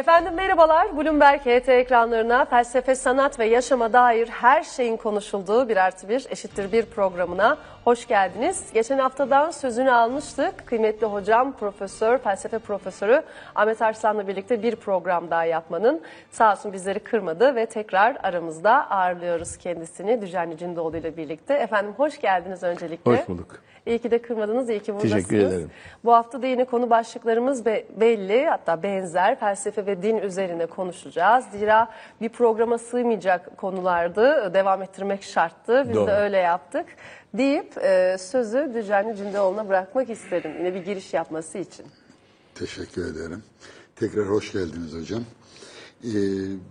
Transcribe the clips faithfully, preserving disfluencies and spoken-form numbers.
Efendim merhabalar. Bloomberg H T ekranlarına felsefe, sanat ve yaşama dair her şeyin konuşulduğu bir artı bir eşittir bir programına hoş geldiniz. Geçen haftadan sözünü almıştık. Kıymetli hocam, profesör, felsefe profesörü Ahmet Arslan'la birlikte bir program daha yapmanın sağ olsun bizleri kırmadı ve tekrar aramızda ağırlıyoruz kendisini Düzenli Cindoğlu ile birlikte. Efendim hoş geldiniz öncelikle. Hoş bulduk. İyi ki de kırmadınız, iyi ki buradasınız. Teşekkür ederim. Bu hafta da yine konu başlıklarımız be belli, hatta benzer. Felsefe ve din üzerine konuşacağız. Zira bir programa sığmayacak konulardı, devam ettirmek şarttı. Biz Doğru. de öyle yaptık. Deyip e, sözü Düzenli Cindoğlu'na bırakmak isterim. Yine bir giriş yapması için. Teşekkür ederim. Tekrar hoş geldiniz hocam. Ee, e,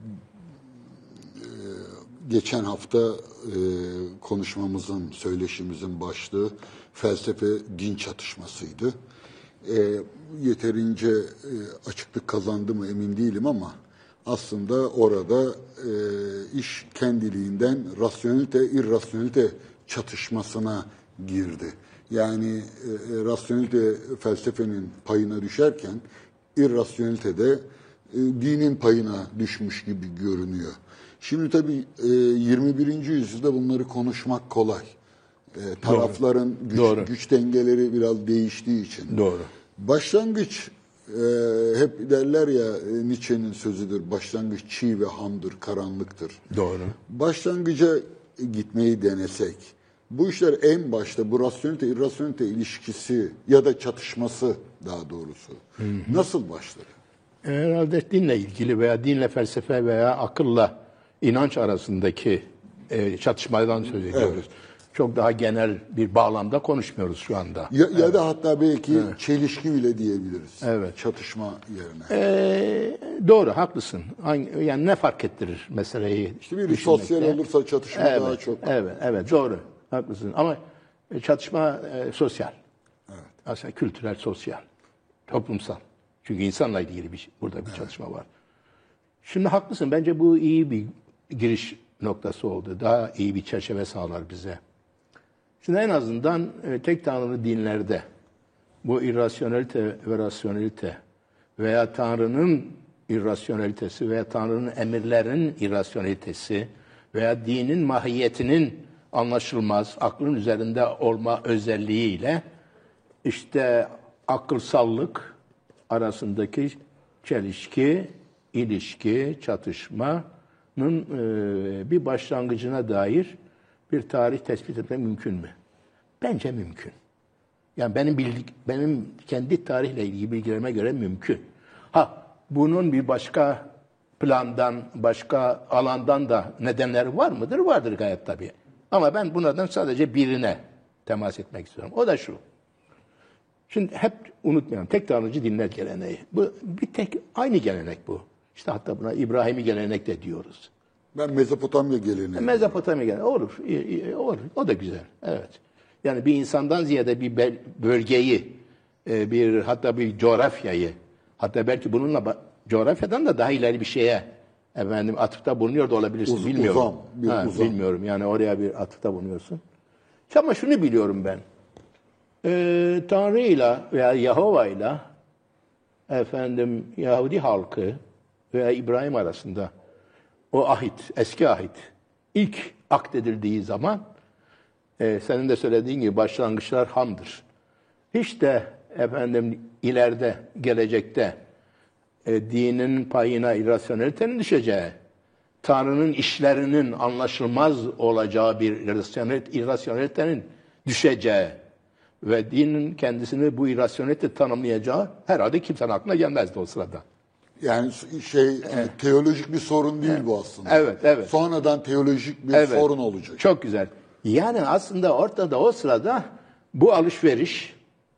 geçen hafta e, konuşmamızın, söyleşimizin başlığı felsefe din çatışmasıydı. E, yeterince e, açıklık kazandı mı emin değilim ama aslında orada e, iş kendiliğinden rasyonelite, irrasyonelite çatışmasına girdi. Yani e, rasyonelite felsefenin payına düşerken irrasyonelite de e, dinin payına düşmüş gibi görünüyor. Şimdi tabii e, yirmi birinci yüzyılda bunları konuşmak kolay. E, tarafların güç, Doğru. güç dengeleri biraz değiştiği için. Doğru. Başlangıç e, hep derler ya e, Nietzsche'nin sözüdür. Başlangıç çiğ ve hamdır, karanlıktır. Doğru. Başlangıca gitmeyi denesek, bu işler en başta bu rasyonelite irrasyonelite ilişkisi ya da çatışması daha doğrusu hı hı. nasıl başladı? Herhalde dinle ilgili veya dinle felsefe veya akılla inanç arasındaki e, çatışmadan söz ediyoruz. Evet. Çok daha genel bir bağlamda konuşmuyoruz şu anda. Ya, evet. ya da hatta belki evet. çelişki bile diyebiliriz. Evet. Çatışma yerine. Ee, doğru, haklısın. Yani ne fark ettirir meseleyi? İşte bir sosyal olursa çatışma evet, daha çok. Evet, evet, doğru. Haklısın. Ama çatışma e, sosyal. Evet. Aslında kültürel, sosyal, toplumsal. Çünkü insanla ilgili bir burada bir evet. çatışma var. Şimdi haklısın. Bence bu iyi bir giriş noktası oldu. Daha iyi bir çerçeve sağlar bize. Şimdi en azından e, tek tanrılı dinlerde bu irrasyonelite ve rasyonelite veya Tanrı'nın irrasyonelitesi veya Tanrı'nın emirlerinin irrasyonelitesi veya dinin mahiyetinin anlaşılmaz, aklın üzerinde olma özelliğiyle işte akılsallık arasındaki çelişki, ilişki, çatışmanın e, bir başlangıcına dair bir tarih tespit etmek mümkün mü? Bence mümkün. Yani benim bildik, benim kendi tarihle ilgili bilgilerime göre mümkün. Ha, bunun bir başka plandan, başka alandan da nedenleri var mıdır? Vardır gayet tabii. Ama ben bunlardan sadece birine temas etmek istiyorum. O da şu. Şimdi hep unutmayalım. Tek tanrıcı dinler geleneği. Bu bir tek aynı gelenek bu. İşte hatta buna İbrahimi gelenek de diyoruz. Ben Mezopotamya geleneği. Mezopotamya geleneği. Olur. Olur. O da güzel. Evet. Yani bir insandan ziyade bir bölgeyi, bir hatta bir coğrafyayı, hatta belki bununla coğrafyadan da daha ileri bir şeye efendim atıfta bulunuyor da olabilirsin. Uz, bilmiyorum. Uzam, bir ha, uzam. Bilmiyorum. Yani oraya bir atıfta bulunuyorsun. Ama şunu biliyorum ben. Ee, Tanrı'yla veya Yahova'yla efendim Yahudi halkı veya İbrahim arasında o ahit, eski ahit ilk akdedildiği zaman e, senin de söylediğin gibi başlangıçlar hamdır. Hiç de efendim ileride, gelecekte e, dinin payına irrasyonelitenin düşeceği, Tanrı'nın işlerinin anlaşılmaz olacağı bir irrasyonelitenin düşeceği ve dinin kendisini bu irrasyonelite tanımlayacağı herhalde kimsenin aklına gelmezdi o sırada. Yani şey evet. teolojik bir sorun değil evet. bu aslında. Evet, evet. Sonradan teolojik bir evet. sorun olacak. Çok güzel. Yani aslında ortada o sırada bu alışveriş,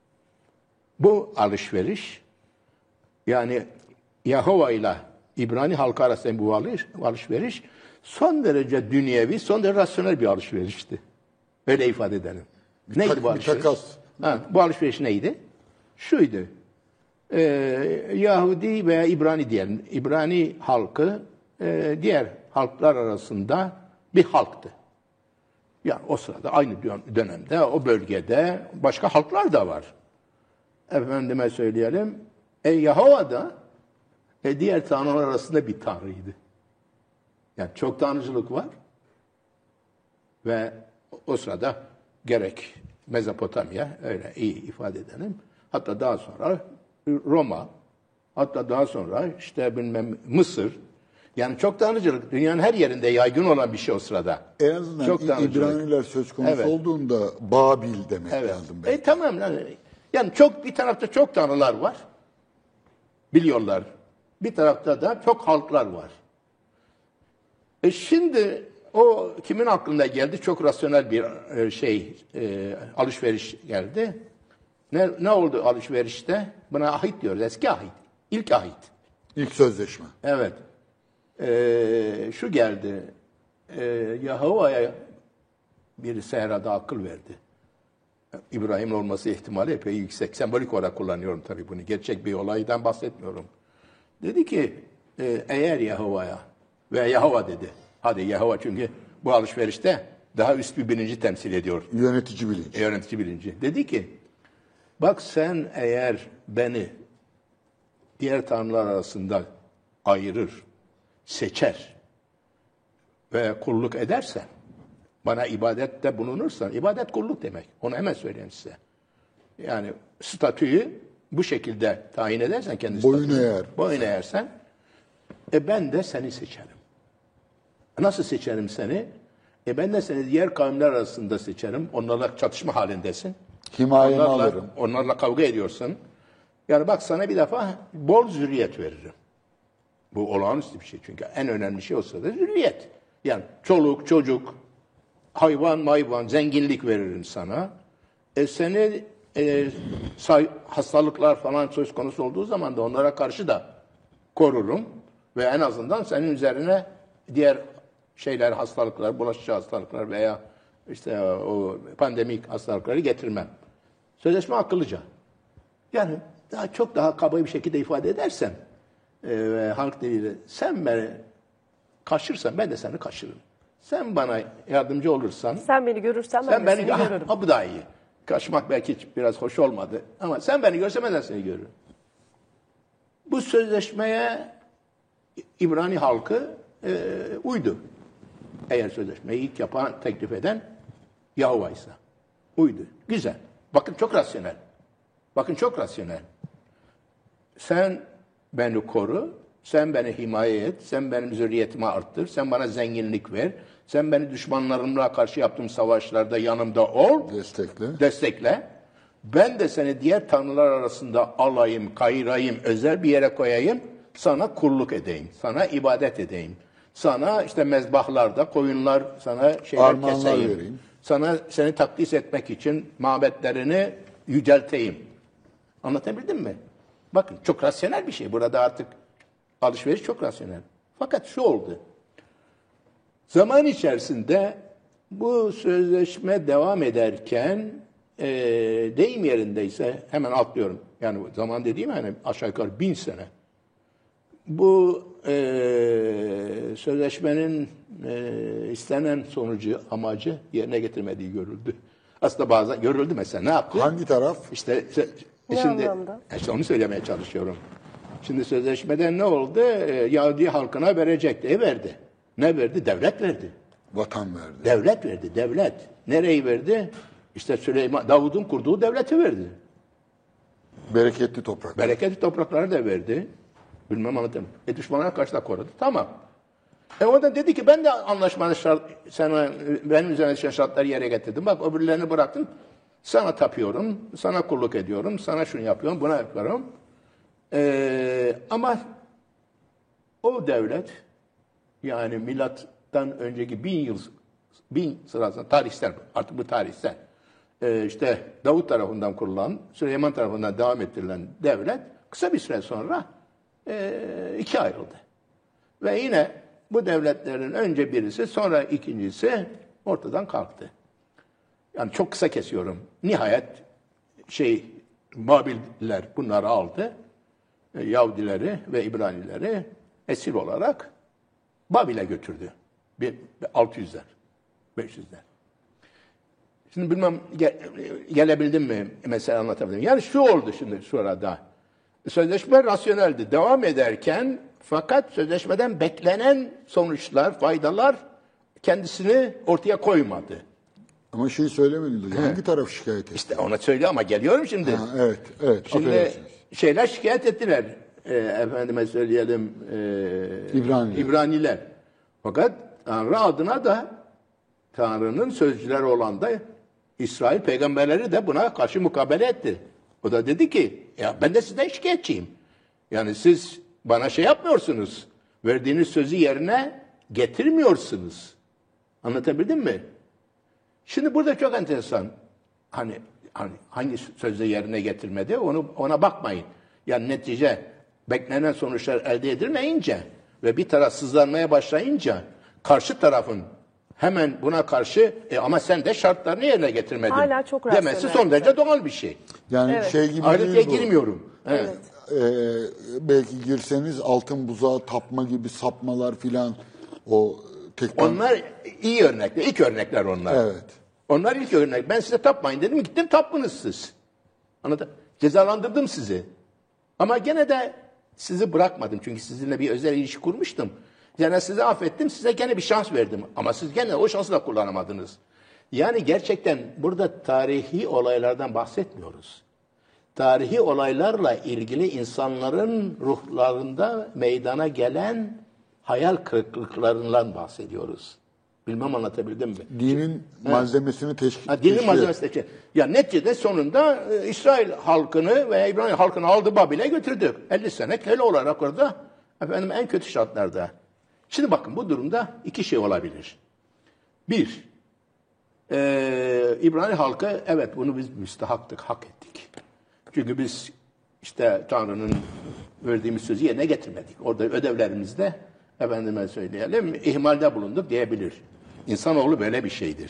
bu alışveriş, yani Yahova ile İbrani halkı arasında bu alışveriş son derece dünyevi, son derece rasyonel bir alışverişti. Öyle ifade edelim. Bir neydi tak, bu alışveriş? Bir takas. Ha, bu alışveriş neydi? Şuydu. Ee, Yahudi veya İbrani diyelim. İbrani halkı e, diğer halklar arasında bir halktı. Yani o sırada aynı dönemde o bölgede başka halklar da var. Efendime söyleyelim. E, Yahova da E, diğer tanrılar arasında bir tanrıydı. Yani çok tanrıcılık var. Ve o sırada gerek Mezopotamya, öyle iyi ifade edelim. Hatta daha sonra Roma, hatta daha sonra işte bilmem Mısır. Yani çok tanrıcılık dünyanın her yerinde yaygın olan bir şey o sırada. En azından çok İbraniler söz konusu Evet. olduğunda Babil demek Evet. lazım belki. E tamam yani, yani çok bir tarafta çok tanrılar var. Biliyorlar. Bir tarafta da çok halklar var. E şimdi o kimin aklına geldi? Çok rasyonel bir e, şey, e, alışveriş geldi. Ne, ne oldu alışverişte? Buna ahit diyoruz, eski ahit. İlk ahit. İlk sözleşme. Evet. E, şu geldi. E, Yahova'ya bir seherada akıl verdi. İbrahim'in olması ihtimali epey yüksek. Sembolik olarak kullanıyorum tabii bunu. Gerçek bir olaydan bahsetmiyorum. Dedi ki e, eğer Yahova'ya ve Yahova dedi. Hadi Yahova çünkü bu alışverişte daha üst bir bilinci temsil ediyor. Yönetici bilinci. Yönetici bilinci. Dedi ki bak sen eğer beni diğer tanrılar arasında ayırır, seçer ve kulluk edersen, bana ibadette bulunursan, ibadet kulluk demek. Onu hemen söyleyeyim size. Yani statüyü bu şekilde tayin edersen kendi Boyun statüyü, eğer. boyun eğersen, e ben de seni seçerim. Nasıl seçerim seni? E ben de seni diğer kavimler arasında seçerim. Onlarla çatışma halindesin. Himayeni Onlarla, alırım. onlarla kavga ediyorsun. Yani bak sana bir defa bol zürriyet veririm. Bu olağanüstü bir şey çünkü en önemli şey o sırada zürriyet. Yani çoluk, çocuk, hayvan, mayvan, zenginlik veririm sana. E seni e, say, hastalıklar falan söz konusu olduğu zaman da onlara karşı da korurum. Ve en azından senin üzerine diğer şeyler, hastalıklar, bulaşıcı hastalıklar veya işte o pandemik hastalıkları getirmem. Sözleşme akıllıca. Yani daha çok daha kaba bir şekilde ifade edersem e, ve halk diliyle sen beni kaşırsan ben de seni kaşırırım. Sen bana yardımcı olursan Sen beni görürsen ben sen de beni seni ha, görürüm. ha, bu daha iyi. Kaçmak belki hiç biraz hoş olmadı ama sen beni görsen ben de seni görürüm. Bu sözleşmeye İbrani halkı e, uydu. Eğer sözleşmeyi ilk yapan, teklif eden Yahova ise. Uydu. Güzel. Bakın çok rasyonel. Bakın çok rasyonel. Sen beni koru, sen beni himaye et, sen benim zürriyetimi arttır, sen bana zenginlik ver, sen beni düşmanlarımla karşı yaptığım savaşlarda yanımda ol, Destekle. destekle. Ben de seni diğer tanrılar arasında alayım, kayırayım, özel bir yere koyayım, sana kulluk edeyim, sana ibadet edeyim. Sana işte mezbahlarda koyunlar, sana şeyler Armağanlar keseyim. vereyim. Sana seni takdis etmek için mabetlerini yücelteyim. Anlatabildim mi? Bakın çok rasyonel bir şey. Burada artık alışveriş çok rasyonel. Fakat şu oldu. Zaman içerisinde bu sözleşme devam ederken e, deyim yerindeyse hemen atlıyorum. Yani zaman dediğim hani aşağı yukarı bin sene. Bu e, sözleşmenin e, istenen sonucu, amacı yerine getirmediği görüldü. Aslında bazen görüldü mesela. Ne yaptı? Hangi taraf? İşte se- Ne şimdi anlamda? işte onu söylemeye çalışıyorum. Şimdi sözleşmeden ne oldu? E, Yahudi halkına verecekti. E verdi. Ne verdi? Devlet verdi. Vatan verdi. Devlet verdi. Devlet. Nereyi verdi? İşte Süleyman, Davud'un kurduğu devleti verdi. Bereketli toprak. Bereketli toprakları da verdi. Bilmem anladım. E düşmanlara karşı da korudu. Tamam. E o da dedi ki ben de anlaşmanın şart, sana, benim üzerine düşen şartları yere getirdim. Bak öbürlerini bıraktım. Sana tapıyorum, sana kulluk ediyorum, sana şunu yapıyorum, buna yapıyorum. E, ama o devlet yani milattan önceki bin yıl bin sırasında tarihsel artık bu tarihsel e, işte Davut tarafından kurulan Süleyman tarafından devam ettirilen devlet kısa bir süre sonra e, ikiye ayrıldı. Ve yine bu devletlerin önce birisi sonra ikincisi ortadan kalktı. Yani çok kısa kesiyorum. Nihayet şey Babiller bunları aldı. E, Yahudileri ve İbranileri esir olarak Babil'e götürdü. Bir, altı yüzler, beş yüzler. Şimdi bilmem gel, gelebildim mi mesela anlatabildim. Yani şu oldu şimdi şurada. Sözleşme rasyoneldi. Devam ederken fakat sözleşmeden beklenen sonuçlar, faydalar kendisini ortaya koymadı. Ama şeyi söylemediniz. Hangi taraf şikayet etti? İşte ona söyle ama geliyorum şimdi. Ha, evet, evet. Şimdi affedersiniz. şeyler şikayet ettiler. E, efendime söyleyelim e, İbraniler. İbraniler. Fakat Tanrı adına da Tanrı'nın sözcüleri olan da İsrail peygamberleri de buna karşı mukabele etti. O da dedi ki ya ben de sizden şikayetçiyim. Yani siz bana şey yapmıyorsunuz. Verdiğiniz sözü yerine getirmiyorsunuz. Anlatabildim mi? Şimdi burada çok enteresan. Hani, hani hangi sözü yerine getirmedi onu ona bakmayın. Yani netice beklenen sonuçlar elde edilmeyince ve bir taraf sızlanmaya başlayınca karşı tarafın hemen buna karşı e, ama sen de şartlarını yerine getirmedin Hala çok demesi rasyonel. son derece doğal bir şey. Yani Evet. şey gibi Ayrıntıya değil bu. girmiyorum. Evet. Evet. Ee, belki girseniz altın buzağı tapma gibi sapmalar filan o tekten... Onlar iyi örnekler, ilk örnekler onlar. Evet. Onlar ilk örnek. Ben size tapmayın dedim, gittim taptınız siz. Anladın? Cezalandırdım sizi. Ama gene de sizi bırakmadım. Çünkü sizinle bir özel ilişki kurmuştum. Yani sizi affettim, size gene bir şans verdim. Ama siz gene o şansı da kullanamadınız. Yani gerçekten burada tarihi olaylardan bahsetmiyoruz. Tarihi olaylarla ilgili insanların ruhlarında meydana gelen hayal kırıklıklarından bahsediyoruz. Bilmem anlatabildim mi? Dinin malzemesini teşkil Ha, dinin malzemesi de şey. Ya neticede sonunda e, İsrail halkını ve İbrahim halkını aldı Babil'e götürdü. elli sene köle olarak orada efendim en kötü şartlarda. Şimdi bakın bu durumda iki şey olabilir. Bir, e, İbrahim halkı evet bunu biz müstahaktık, hak ettik. Çünkü biz işte Tanrı'nın verdiğimiz sözü yerine getirmedik. Orada ödevlerimizde efendime söyleyelim ihmalde bulunduk diyebilir. İnsanoğlu böyle bir şeydir.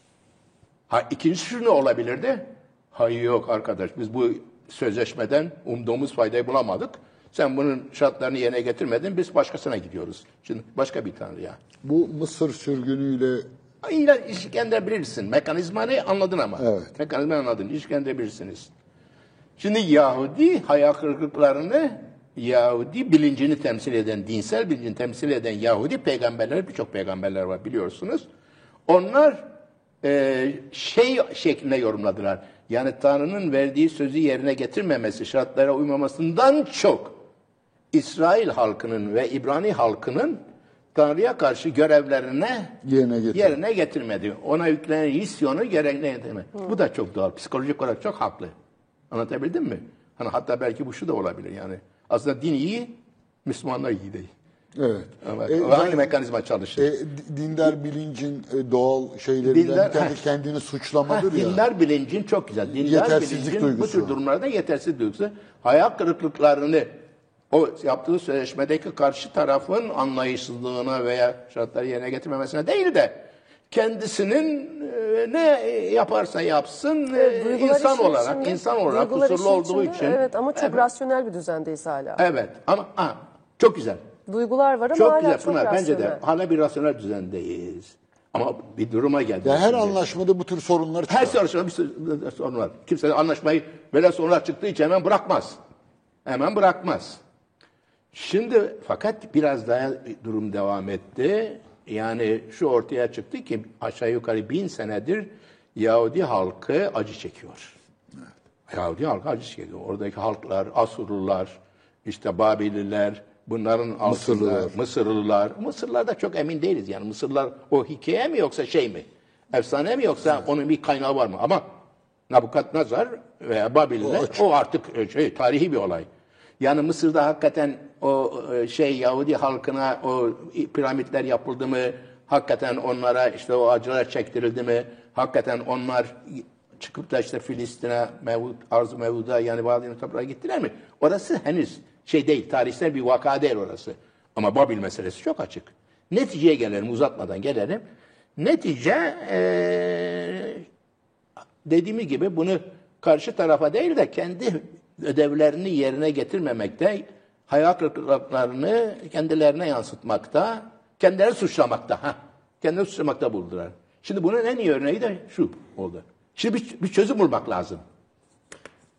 Ha, ikincisi şunu olabilirdi. Hayır yok arkadaş biz bu sözleşmeden umduğumuz faydayı bulamadık. Sen bunun şartlarını yerine getirmedin biz başkasına gidiyoruz. Şimdi başka bir tanrıya. Bu Mısır sürgünüyle İlla ilişkilendirebilirsin. Mekanizmayı anladın ama. Evet. Mekanizmayı anladın. İlişkilendirebilirsiniz. Şimdi Yahudi hayal kırıklıklarını Yahudi bilincini temsil eden, dinsel bilincini temsil eden Yahudi peygamberler, birçok peygamberler var biliyorsunuz. Onlar e, şey şeklinde yorumladılar. Yani Tanrı'nın verdiği sözü yerine getirmemesi, şartlara uymamasından çok İsrail halkının ve İbrani halkının Tanrı'ya karşı görevlerine yerine getir. yerine getirmedi. Ona yüklenen misyonu yerine getirmedi. Bu da çok doğal. Psikolojik olarak çok haklı. Anlatabildim mi? Hani hatta belki bu şu da olabilir yani. Aslında din iyi, Müslümanlar iyi değil. Evet. Evet. E, Aynı ben- mekanizma çalışır. E, di- dindar bilincin e, doğal şeylerinden Dindar- bir tanesi kendini suçlamadır Ha, ya. dindar bilincin çok güzel. Dindar Yetersizlik bilincin bu duygusu. tür durumlarda yetersizlik duygusu. Hayal kırıklıklarını o yaptığı sözleşmedeki karşı tarafın anlayışsızlığına veya şartları yerine getirmemesine değil de kendisinin e, ne yaparsa yapsın e, Duygular insan işin olarak içinde, insan olarak duygular kusurlu işin olduğu içinde, için Evet ama çok evet, rasyonel bir düzendeyiz hala. evet ama ha, çok güzel. Duygular var ama Çok hala güzel çok Pınar. rasyonel. Bence de hala bir rasyonel düzendeyiz. Ama bir duruma geldi. Ya her şimdi. anlaşmada bu tür sorunlar çıkar. Her soruşturma bir sor- sorun var. Kimse de anlaşmayı böyle sorunlar çıktığı için hemen bırakmaz. Hemen bırakmaz. Şimdi fakat biraz daha durum devam etti. Yani şu ortaya çıktı ki aşağı yukarı bin senedir Yahudi halkı acı çekiyor. Yahudi halkı acı çekiyor. Oradaki halklar, Asurlular, işte Babililer, bunların altında Mısırlılar. Mısırlılar. Mısırlılar da çok emin değiliz yani. Mısırlılar o hikaye mi yoksa şey mi? Efsane mi yoksa onun bir kaynağı var mı? Ama Nabukadnezar veya Babililer o, artık şey tarihi bir olay. Yani Mısır'da hakikaten o e, şey Yahudi halkına o piramitler yapıldı mı? Hakikaten onlara işte o acılar çektirildi mi? Hakikaten onlar çıkıp da işte Filistin'e, Mevud, Arz-ı Mevud'a yani Babil'in toprağa gittiler mi? Orası henüz şey değil, tarihsel bir vaka değil orası. Ama Babil meselesi çok açık. Neticeye gelelim, uzatmadan gelelim. Netice ee, dediğimiz gibi bunu karşı tarafa değil de kendi ödevlerini yerine getirmemekte, hayal kırıklıklarını kendilerine yansıtmakta, kendileri suçlamakta. Ha, kendileri suçlamakta buldular. Şimdi bunun en iyi örneği de şu oldu. Şimdi bir, bir çözüm bulmak lazım.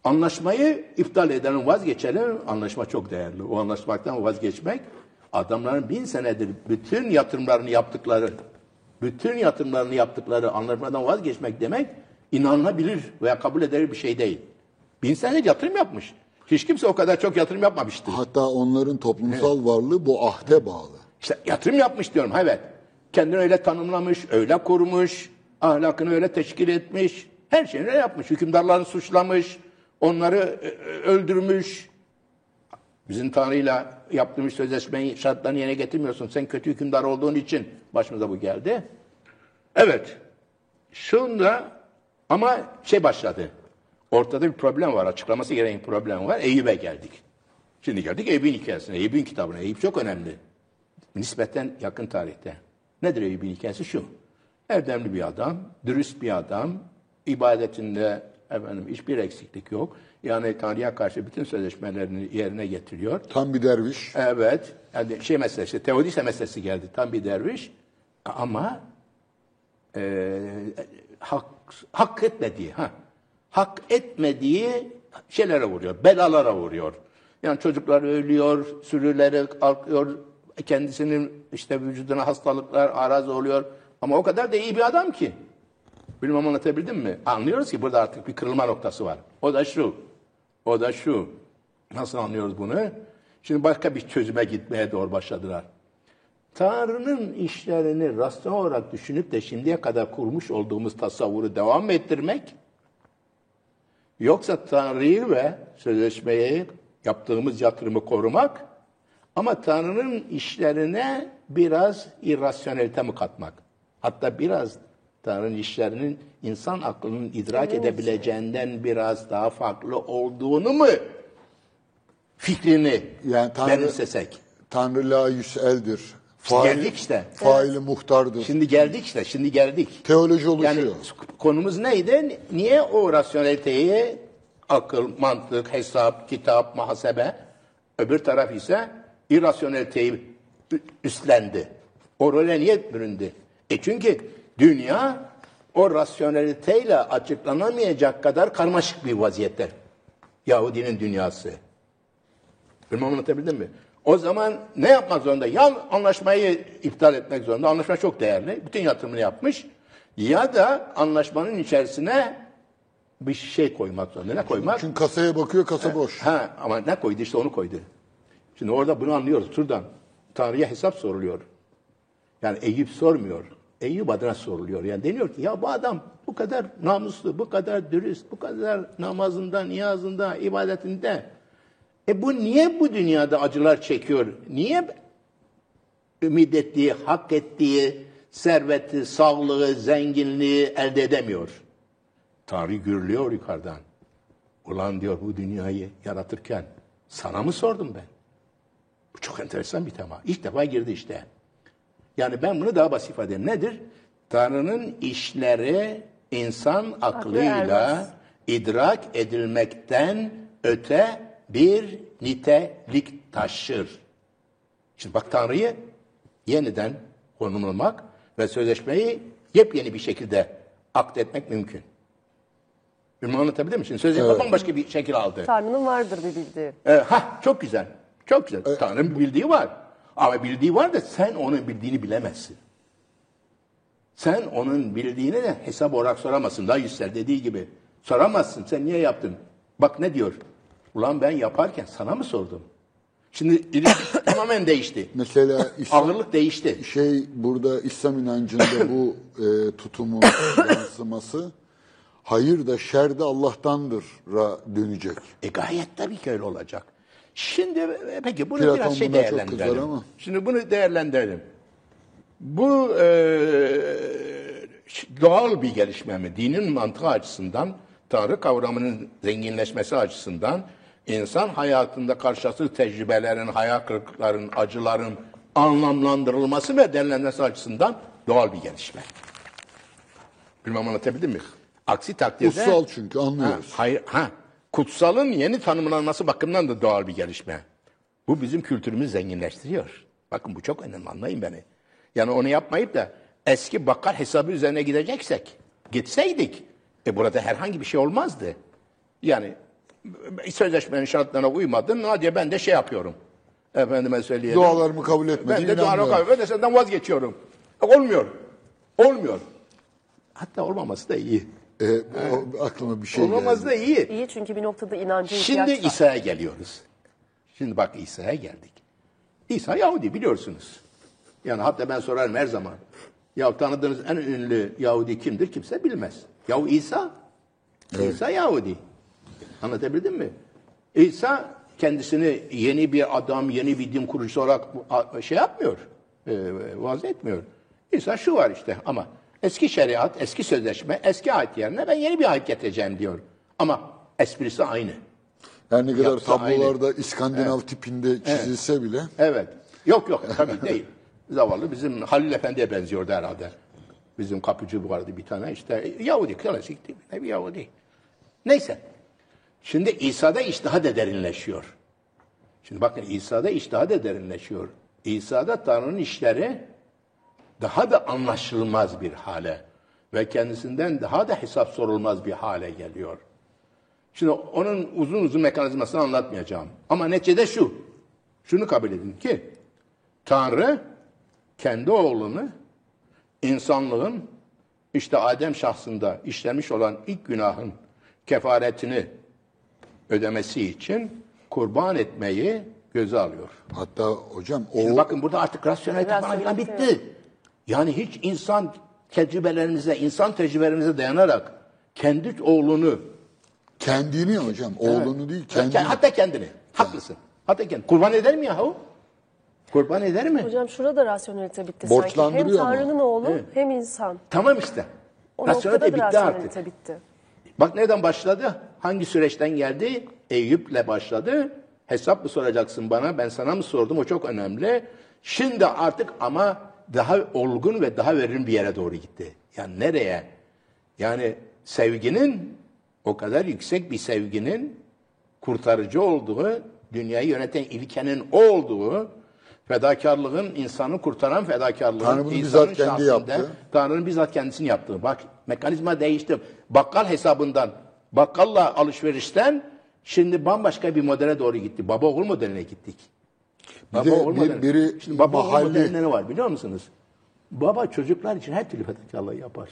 Anlaşmayı iptal edelim, vazgeçelim. Anlaşma çok değerli. O anlaşmaktan vazgeçmek, adamların bin senedir bütün yatırımlarını yaptıkları, bütün yatırımlarını yaptıkları anlaşmadan vazgeçmek demek inanılabilir veya kabul edilir bir şey değil. Bin senedir yatırım yapmış. Hiç kimse o kadar çok yatırım yapmamıştı. Hatta onların toplumsal evet. varlığı bu ahde bağlı. İşte yatırım yapmış diyorum, evet. Kendini öyle tanımlamış, öyle korumuş, ahlakını öyle teşkil etmiş, her şeyini öyle yapmış. Hükümdarlarını suçlamış, onları öldürmüş. Bizim Tanrı'yla yaptığımız sözleşmeyi, şartlarını yerine getirmiyorsun. Sen kötü hükümdar olduğun için başımıza bu geldi. Evet. Şunda ama şey başladı. Ortada bir problem var. Açıklaması gereken bir problem var. Eyüp'e geldik. Şimdi geldik Eyüp'ün hikayesine. Eyüp'ün kitabına. Eyüp çok önemli. Nispeten yakın tarihte. Nedir Eyüp'ün hikayesi? Şu. Erdemli bir adam, dürüst bir adam, ibadetinde efendim hiçbir eksiklik yok. Yani Tanrı'ya karşı bütün sözleşmelerini yerine getiriyor. Tam bir derviş. Evet. Yani şey meselesi, teodise meselesi geldi. Tam bir derviş. Ama e, hak, hak etmediği, ha, hak etmediği şeylere vuruyor, belalara vuruyor. Yani çocuklar ölüyor, sürüleri kalkıyor, kendisinin işte vücuduna hastalıklar, araz oluyor. Ama o kadar da iyi bir adam ki. Bilmem anlatabildim mi? Anlıyoruz ki burada artık bir kırılma noktası var. O da şu. O da şu. Nasıl anlıyoruz bunu? Şimdi başka bir çözüme gitmeye doğru başladılar. Tanrı'nın işlerini rastlama olarak düşünüp de şimdiye kadar kurmuş olduğumuz tasavvuru devam ettirmek, yoksa Tanrı'yı ve sözleşmeyi, yaptığımız yatırımı korumak, ama Tanrı'nın işlerine biraz irrasyonelite mi katmak? Hatta biraz Tanrı'nın işlerinin insan aklının idrak evet. edebileceğinden biraz daha farklı olduğunu mu fikrini yani Tanrı, benimsesek? Tanrı la yüseldir. Faili, geldik işte. Faili evet. muhtardır. Şimdi geldik işte, şimdi geldik. Teoloji oluşuyor. Yani konumuz neydi? Niye o rasyoneliteyi akıl, mantık, hesap, kitap, muhasebe, öbür taraf ise irrasyoneliteyi üstlendi. O role niye büründü? E çünkü dünya o rasyoneliteyle açıklanamayacak kadar karmaşık bir vaziyette. Yahudinin dünyası. Bilmem anlatabildim mi? O zaman ne yapmak zorunda? Ya anlaşmayı iptal etmek zorunda. Anlaşma çok değerli. Bütün yatırımını yapmış. Ya da anlaşmanın içerisine bir şey koymak zorunda. Ne koymak? Çünkü kasaya bakıyor, kasa boş. Ha, ama ne koydu? İşte onu koydu. Şimdi orada bunu anlıyoruz. Şuradan Tanrı'ya hesap soruluyor. Yani Eyüp sormuyor. Eyüp adına soruluyor. Yani deniyor ki ya bu adam bu kadar namuslu, bu kadar dürüst, bu kadar namazında, niyazında, ibadetinde. E bu niye bu dünyada acılar çekiyor? Niye ümit ettiği, hak ettiği serveti, sağlığı, zenginliği elde edemiyor? Tanrı gürlüyor yukarıdan. Ulan diyor bu dünyayı yaratırken sana mı sordum ben? Bu çok enteresan bir tema. İlk defa girdi işte. Yani ben bunu daha basit ifade edeyim. Nedir? Tanrı'nın işleri insan aklıyla idrak edilmekten öte bir nitelik taşır. Şimdi bak Tanrı'yı yeniden konumlamak ve sözleşmeyi yepyeni bir şekilde akdetmek mümkün. Bilmem anlatabildim mi? Şimdi sözleşme evet. bambaşka bir şekil aldı. Tanrı'nın vardır bir bildiği. Ee, ha çok güzel. Çok güzel. Evet. Tanrı'nın bir bildiği var. Ama bildiği var da sen onun bildiğini bilemezsin. Sen onun bildiğini de hesap olarak soramazsın. Daha Yüksel dediği gibi. Soramazsın. Sen niye yaptın? Bak ne diyor? Ulan ben yaparken sana mı sordum? Şimdi ilişki tamamen değişti. Mesela İslam, ağırlık değişti. Şey burada İslam inancında bu e, tutumun yansıması hayır da şer de Allah'tandır"a dönecek. E gayet tabii ki öyle olacak. Şimdi peki bunu Platon biraz şey değerlendirelim. Şimdi bunu değerlendirelim. Bu e, doğal bir gelişme mi? Dinin mantığı açısından, Tanrı kavramının zenginleşmesi açısından, insan hayatında karşılaştığı tecrübelerin, hayal kırıklıkların, acıların anlamlandırılması ve değerlendirilmesi açısından doğal bir gelişme. Bilmem anlatabildim mi? Aksi takdirde... Kutsal çünkü anlıyoruz. Ha, hayır, ha. Kutsalın yeni tanımlanması bakımından da doğal bir gelişme. Bu bizim kültürümüzü zenginleştiriyor. Bakın bu çok önemli, anlayın beni. Yani onu yapmayıp da eski bakkal hesabı üzerine gideceksek, gitseydik, e burada herhangi bir şey olmazdı. Yani sözleşmenin şartlarına uymadın. Hadi ben de şey yapıyorum. Efendime söyleyelim. Dualarımı kabul etmedin. Ben de dualarımı kabul etmedin. Senden vazgeçiyorum. Olmuyor. Olmuyor. Hatta olmaması da iyi. E, o, aklıma bir şey Olmaması geldi. da iyi. İyi çünkü bir noktada inancı ihtiyaç Şimdi var. İsa'ya geliyoruz. Şimdi bak İsa'ya geldik. İsa Yahudi biliyorsunuz. Yani hatta ben sorarım her zaman. Ya tanıdığınız en ünlü Yahudi kimdir? Kimse bilmez. Yahu İsa. Evet. İsa Yahudi. Anlatabildim mi? İsa kendisini yeni bir adam, yeni bir din kurucusu olarak şey yapmıyor. E, vaz etmiyor. İsa şu var işte ama eski şeriat, eski sözleşme, eski ayet yerine ben yeni bir ayet getireceğim diyor. Ama esprisi aynı. Her ne kadar Yapsa tablolarda İskandinav evet. tipinde çizilse evet. bile. Evet. Yok yok tabii değil. Zavallı bizim Halil Efendi'ye benziyordu herhalde. Bizim kapıcı vardı bir tane işte Yahudi, klasik değil mi? Bir Yahudi. Neyse. Şimdi İsa'da iştihad da derinleşiyor. Şimdi bakın İsa'da iştihad da derinleşiyor. İsa'da Tanrı'nın işleri daha da anlaşılmaz bir hale ve kendisinden daha da hesap sorulmaz bir hale geliyor. Şimdi onun uzun uzun mekanizmasını anlatmayacağım. Ama neticede şu. Şunu kabul edin ki Tanrı kendi oğlunu insanlığın işte Adem şahsında işlemiş olan ilk günahın kefaretini ödemesi için kurban etmeyi göze alıyor. Hatta hocam o... Şimdi bakın burada artık rasyonelite falan filan bitti. Yani hiç insan tecrübelerimize, insan tecrübelerimize dayanarak kendi oğlunu kendini hocam, oğlunu evet. değil kendini. Hatta kendini. Haklısın. Hatta kendini. Kurban eder mi yahu? Kurban eder mi? Hocam şurada rasyonelite bitti sanki. Hem Tanrı'nın oğlu evet. hem insan. Tamam işte. O rasyonelite bitti rasyonelite artık. Bitti. Bak nereden başladı? Hangi süreçten geldi? Eyüp'le başladı. Hesap mı soracaksın bana? Ben sana mı sordum? O çok önemli. Şimdi artık ama daha olgun ve daha verimli bir yere doğru gitti. Yani nereye? Yani sevginin, o kadar yüksek bir sevginin kurtarıcı olduğu, dünyayı yöneten ilkenin o olduğu, fedakarlığın insanı kurtaran fedakarlığın Tanrı'nın insanın bizzat kendi yaptı. Tanrı'nın bizzat kendisini yaptığı. Bak mekanizma değişti. Bakkal hesabından, bakkalla alışverişten şimdi bambaşka bir modele doğru gitti. Baba oğul modeline gittik. Bir baba oğul bir, biri şimdi baba mahalli... oğul modelinde ne var biliyor musunuz? Baba çocuklar için her türlü fedakarlığı yapar.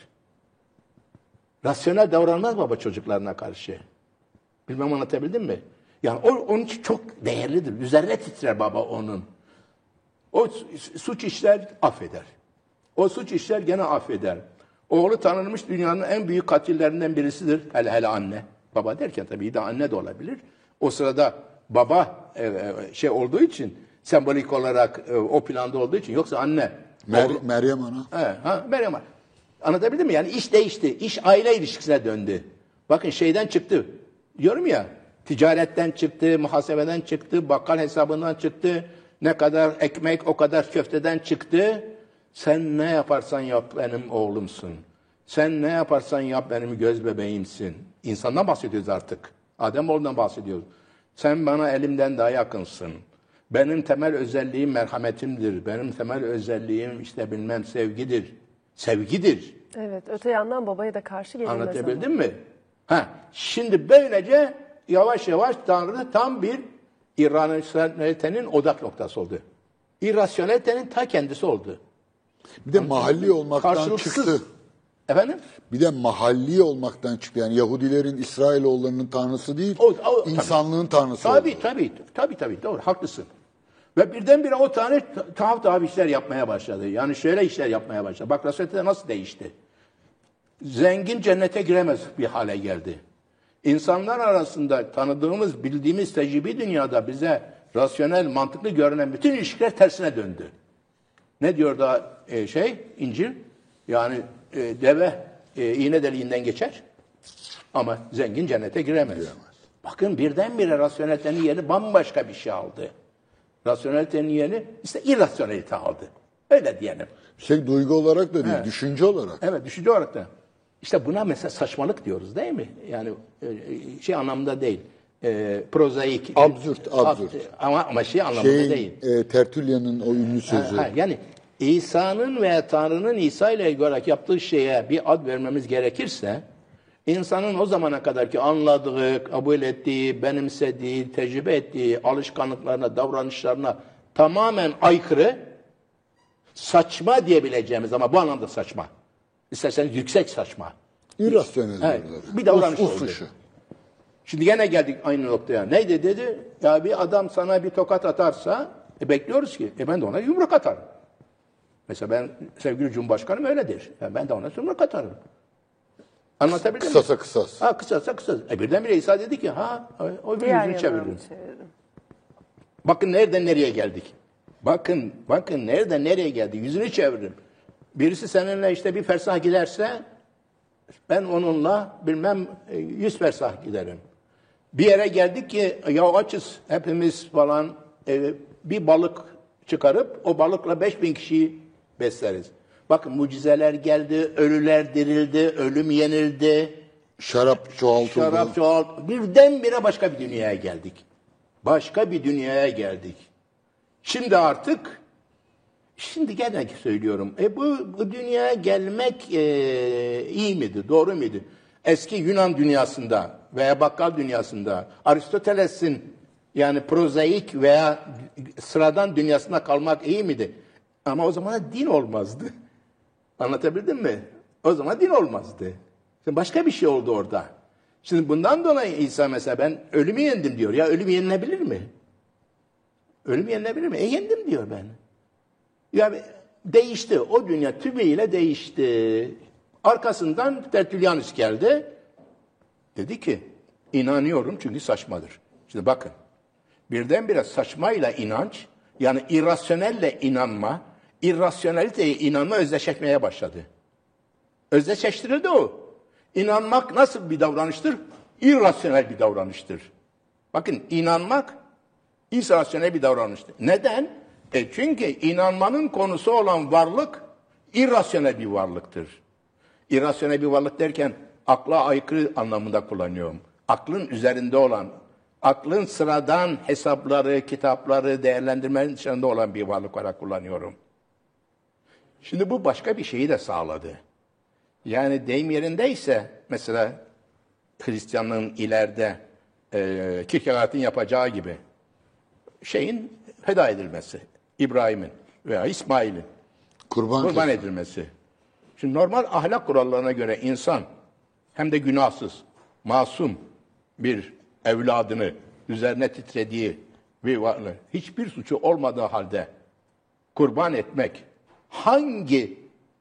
Rasyonel davranmaz baba çocuklarına karşı. Bilmem anlatabildim mi? Yani o, onun için çok değerlidir. Üzerine titrer baba onun. O suç işler affeder. O suç işler gene affeder. Oğlu tanınmış dünyanın en büyük katillerinden birisidir. Hele hele anne. Baba derken tabii de anne de olabilir. O sırada baba e, şey olduğu için, sembolik olarak e, o planda olduğu için. Yoksa anne. Mer oğlu, Meryem Ana. He, ha, Meryem Ana. Anlatabildim mi? Yani iş değişti. İş aile ilişkisine döndü. Bakın şeyden çıktı. Diyorum ya, ticaretten çıktı, muhasebeden çıktı, bakkal hesabından çıktı. Ne kadar ekmek o kadar köfteden çıktı. Sen ne yaparsan yap benim oğlumsun. Sen ne yaparsan yap benim göz bebeğimsin. İnsandan bahsediyoruz artık. Ademoğlundan bahsediyoruz. Sen bana elimden daha yakınsın. Benim temel özelliğim merhametimdir. Benim temel özelliğim işte bilmem sevgidir. Sevgidir. Evet, öte yandan babaya da karşı gelinmez. Anlatabildim mi? Ha, şimdi böylece yavaş yavaş Tanrı tam bir irrasyonelitenin odak noktası oldu. İrrasyonelitenin ta kendisi oldu. Bir de mahalli olmaktan çıktı. Efendim? Bir de mahalli olmaktan çıktı. Yani Yahudilerin, İsrailoğullarının tanrısı değil, o, o, insanlığın tabii, tanrısı tabii, oldu. Tabii, tabii, tabii, doğru, haklısın. Ve birdenbire o Tanrı tuhaf tuhaf işler yapmaya başladı. Yani şöyle işler yapmaya başladı. Bak rasyonelite nasıl değişti? Zengin cennete giremez bir hale geldi. İnsanlar arasında tanıdığımız, bildiğimiz tecrübi dünyada bize rasyonel, mantıklı görünen bütün ilişkiler tersine döndü. Ne diyor da e, şey, İncil? Yani e, deve e, iğne deliğinden geçer ama zengin cennete giremez. giremez. Bakın birdenbire rasyonelitenin yerini bambaşka bir şey aldı. Rasyonelitenin yerini işte irrasyonelite aldı. Öyle diyelim. Şey duygu olarak da değil, evet. Düşünce olarak. Evet, düşünce olarak da. İşte buna mesela saçmalık diyoruz değil mi? Yani şey anlamda değil. E, prozaik. Absürt, absürt. Ama, ama şey anlamında şey, değil. E, Tertullian'ın o ünlü sözü. Ha, ha, yani İsa'nın veya Tanrı'nın İsa ile olarak yaptığı şeye bir ad vermemiz gerekirse İnsanın o zamana kadarki anladığı, kabul ettiği, benimsediği, tecrübe ettiği alışkanlıklarına, davranışlarına tamamen aykırı, saçma diyebileceğimiz ama bu anlamda saçma. İsterseniz yüksek saçma. İrrasyonel. Evet, bir davranış Uf, uf oldu. dışı. Şimdi gene geldik aynı noktaya. Neydi dedi? Ya bir adam sana bir tokat atarsa e bekliyoruz ki. E ben de ona yumruk atarım. Mesela ben sevgili Cumhurbaşkanım öyledir. Yani ben de ona yumruk atarım. Anlatabildim mi? Kısasa kısas. Ha kısasa kısas. E birdenbire İsa dedi ki ha o bir Diğer yüzünü yanına çevirdim. çevirdim. Bakın nereden nereye geldik. Bakın bakın nereden nereye geldi. Yüzünü çeviririm. Birisi seninle işte bir fersah giderse ben onunla bilmem e, yüz fersah giderim. Bir yere geldik ki ya açız hepimiz falan e, bir balık çıkarıp o balıkla beş bin kişiyi besleriz. Bakın mucizeler geldi, ölüler dirildi, ölüm yenildi. Şarap çoğaltıldı. Şarap çoğaltıldı. Birdenbire başka bir dünyaya geldik. Başka bir dünyaya geldik. Şimdi artık, şimdi gene söylüyorum, e bu, bu dünyaya gelmek e, iyi miydi, doğru muydu? Eski Yunan dünyasında veya bakkal dünyasında Aristoteles'in yani prozaik veya sıradan dünyasında kalmak iyi miydi? Ama o zaman din olmazdı. Anlatabildim mi? O zaman din olmazdı. Şimdi başka bir şey oldu orada. Şimdi bundan dolayı İsa mesela ben ölümü yendim diyor. Ya ölüm yenilebilir mi? Ölüm yenilebilir mi? E yendim diyor ben. Yani değişti. O dünya tümüyle değişti. Arkasından Tertullianus geldi. Dedi ki inanıyorum çünkü saçmadır. Şimdi bakın. Birdenbire saçmayla inanç yani irrasyonelle inanma, irrasyoneliteye inanma özdeşleşmeye başladı. Özdeşleştirildi o. İnanmak nasıl bir davranıştır? İrrasyonel bir davranıştır. Bakın inanmak irrasyonel bir davranıştır. Neden? E çünkü inanmanın konusu olan varlık irrasyonel bir varlıktır. İrrasyonel bir varlık derken akla aykırı anlamında kullanıyorum. Aklın üzerinde olan, aklın sıradan hesapları, kitapları, değerlendirmenin dışında olan bir varlık olarak kullanıyorum. Şimdi bu başka bir şeyi de sağladı. Yani deyim yerindeyse mesela Hristiyanlığın ileride e, Kierkegaard'ın yapacağı gibi şeyin feda edilmesi, İbrahim'in veya İsmail'in Kurban, kurban kesin. edilmesi. Şimdi normal ahlak kurallarına göre insan hem de günahsız, masum bir evladını üzerine titrediği bir varlığı, hiçbir suçu olmadığı halde kurban etmek hangi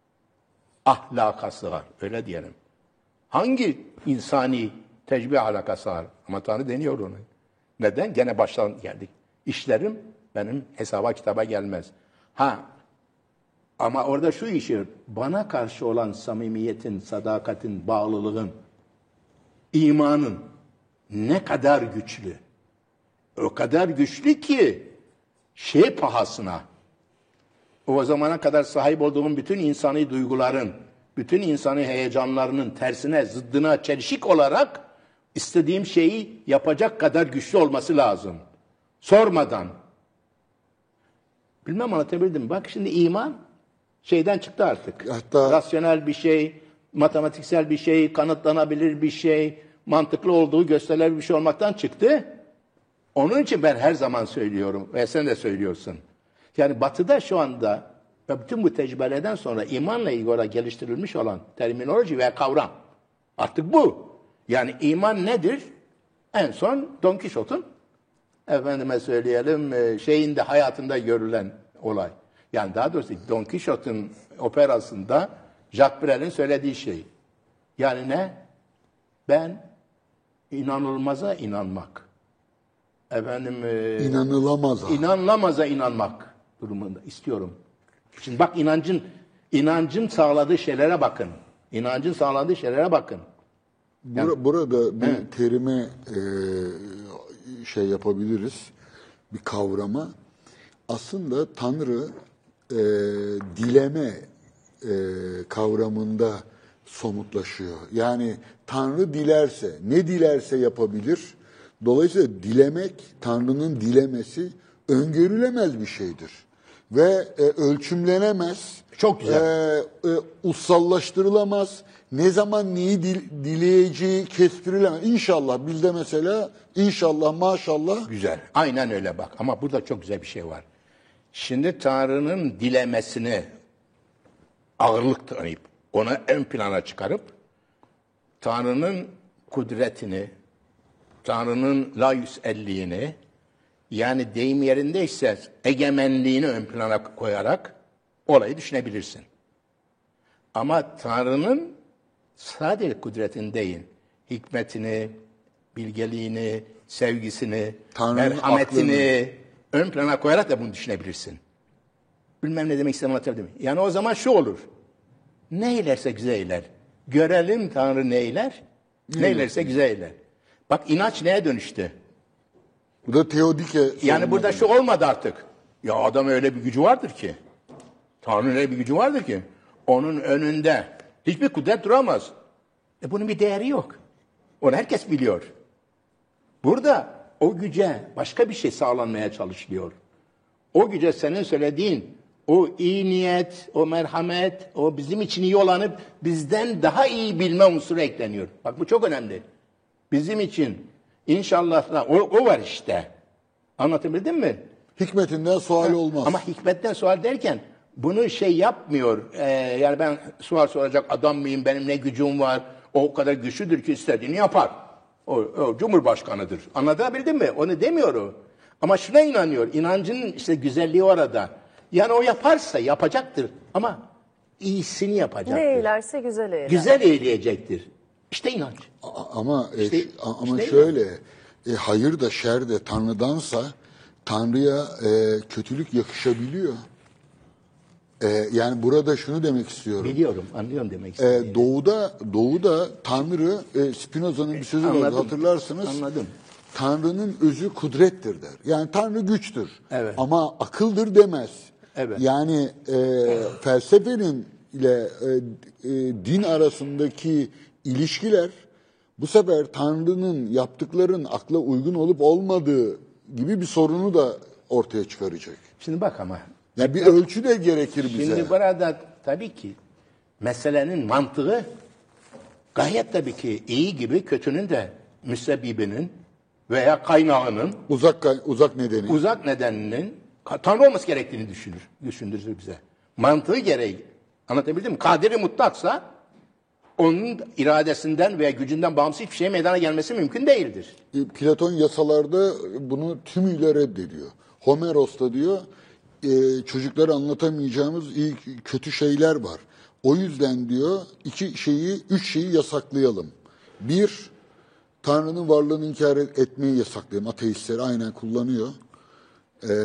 ahlaka sığar? Öyle diyelim. Hangi insani tecrübe ahlaka sığar? Ama Tanrı deniyor onu. Neden? Gene baştan geldik. İşlerim benim hesaba kitaba gelmez. Ha, ama orada şu işi, bana karşı olan samimiyetin, sadakatin, bağlılığın, imanın ne kadar güçlü. O kadar güçlü ki şey pahasına, o zamana kadar sahip olduğum bütün insani duyguların, bütün insani heyecanlarının tersine, zıddına, çelişik olarak istediğim şeyi yapacak kadar güçlü olması lazım. Sormadan. Bilmem anlatabildim. Bak şimdi iman şeyden çıktı artık. Hatta rasyonel bir şey, matematiksel bir şey, kanıtlanabilir bir şey, mantıklı olduğu gösterilebilir bir şey olmaktan çıktı. Onun için ben her zaman söylüyorum ve sen de söylüyorsun. Yani Batı'da şu anda ve bütün bu tecrübelerden sonra imanla ilgili olarak geliştirilmiş olan terminoloji ve kavram artık bu. Yani iman nedir? En son Don Quixote'un efendime söyleyelim şeyinde hayatında görülen olay. Yani daha doğrusu Don Quixote'un operasında Jacques Brel'in söylediği şey. Yani ne? Ben inanılmaza inanmak. Efendim e, inanılamaz. İnanılamaza inanmak durumunda istiyorum. Şimdi bak inancın inancın sağladığı şeylere bakın. İnancın sağladığı şeylere bakın. Bur- Yani, burada bir evet. terime e, şey yapabiliriz. Bir kavrama. Aslında Tanrı e, dileme e, kavramında somutlaşıyor. Yani Tanrı dilerse, ne dilerse yapabilir. Dolayısıyla dilemek, Tanrı'nın dilemesi öngörülemez bir şeydir. ve e, ölçümlenemez. Çok güzel. E, e, ussallaştırılamaz. Ne zaman neyi dil, dileyeceği kestirilemez. İnşallah bizde mesela inşallah maşallah. Güzel. Aynen öyle bak. Ama burada çok güzel bir şey var. Şimdi Tanrı'nın dilemesini ağırlık tanıyıp onu ön plana çıkarıp Tanrı'nın kudretini, Tanrı'nın la yüselliğini, yani deyim yerindeyse egemenliğini ön plana koyarak olayı düşünebilirsin. Ama Tanrı'nın sadece kudretini değil, hikmetini, bilgeliğini, sevgisini, Tanrı'nın merhametini ön plana koyarak da bunu düşünebilirsin. Bilmem ne demek istediğimi anlatabildim mi? Yani o zaman şu olur. Ne eylerse güzel eyler. Görelim Tanrı ne eyler, ne eylerse güzel eyler. Bak inanç neye dönüştü? Bu da teodike. Yani burada şu olmadı artık. Ya adam öyle bir gücü vardır ki. Tanrı'nın öyle bir gücü vardır ki. Onun önünde hiçbir kudret duramaz. E bunun bir değeri yok. Onu herkes biliyor. Burada o güce başka bir şey sağlanmaya çalışılıyor. O güce senin söylediğin o iyi niyet, o merhamet, o bizim için iyi olanı bizden daha iyi bilme unsuru ekleniyor. Bak bu çok önemli. Bizim için inşallah o, o var işte. Anlatabildim mi? Hikmetinden sual Ha, olmaz. Ama hikmetten sual derken bunu şey yapmıyor. Ee, yani ben sual soracak adam mıyım, benim ne gücüm var, o, o kadar güçlüdür ki istediğini yapar. O, o Cumhurbaşkanıdır. Anlatabildim mi? Onu demiyor o. Ama şuna inanıyor. İnancının işte güzelliği orada. Yani o yaparsa yapacaktır. Ama iyisini yapacaktır. Ne eylerse güzel eyler. Güzel eyleyecektir. İşte inanç. A- Ama e, İşte- ama işte şöyle e, hayır da şer de Tanrı'dansa Tanrı'ya e, kötülük yakışabiliyor. E, yani burada şunu demek istiyorum. Biliyorum, anlıyorum demek istediğini. E, doğuda doğuda Tanrı e, Spinoza'nın bir sözü var Anladım. hatırlarsınız. Anladım. Tanrı'nın özü kudrettir der. Yani Tanrı güçtür. Evet. Ama akıldır demez. Evet. Yani e, felsefenin ile e, e, din arasındaki ilişkiler bu sefer Tanrı'nın yaptıklarının akla uygun olup olmadığı gibi bir sorunu da ortaya çıkaracak. Şimdi bak ama. Yani bir ölçü de gerekir bize. Şimdi burada tabii ki meselenin mantığı gayet tabii ki iyi gibi kötünün de müsebbibinin veya kaynağının Uzak uzak nedeni. uzak nedeninin Tanrı olması gerektiğini düşünür, düşündürür bize. Mantığı gereği. Anlatabildim mi? Kadiri mutlaksa onun iradesinden veya gücünden bağımsız hiçbir şey meydana gelmesi mümkün değildir. E, Platon yasalarda bunu tümüyle reddediyor. Homeros da diyor e, çocuklara anlatamayacağımız iyi kötü şeyler var. O yüzden diyor iki şeyi, üç şeyi yasaklayalım. Bir, Tanrı'nın varlığını inkar etmeyi yasaklayalım. Ateistler aynen kullanıyor. E,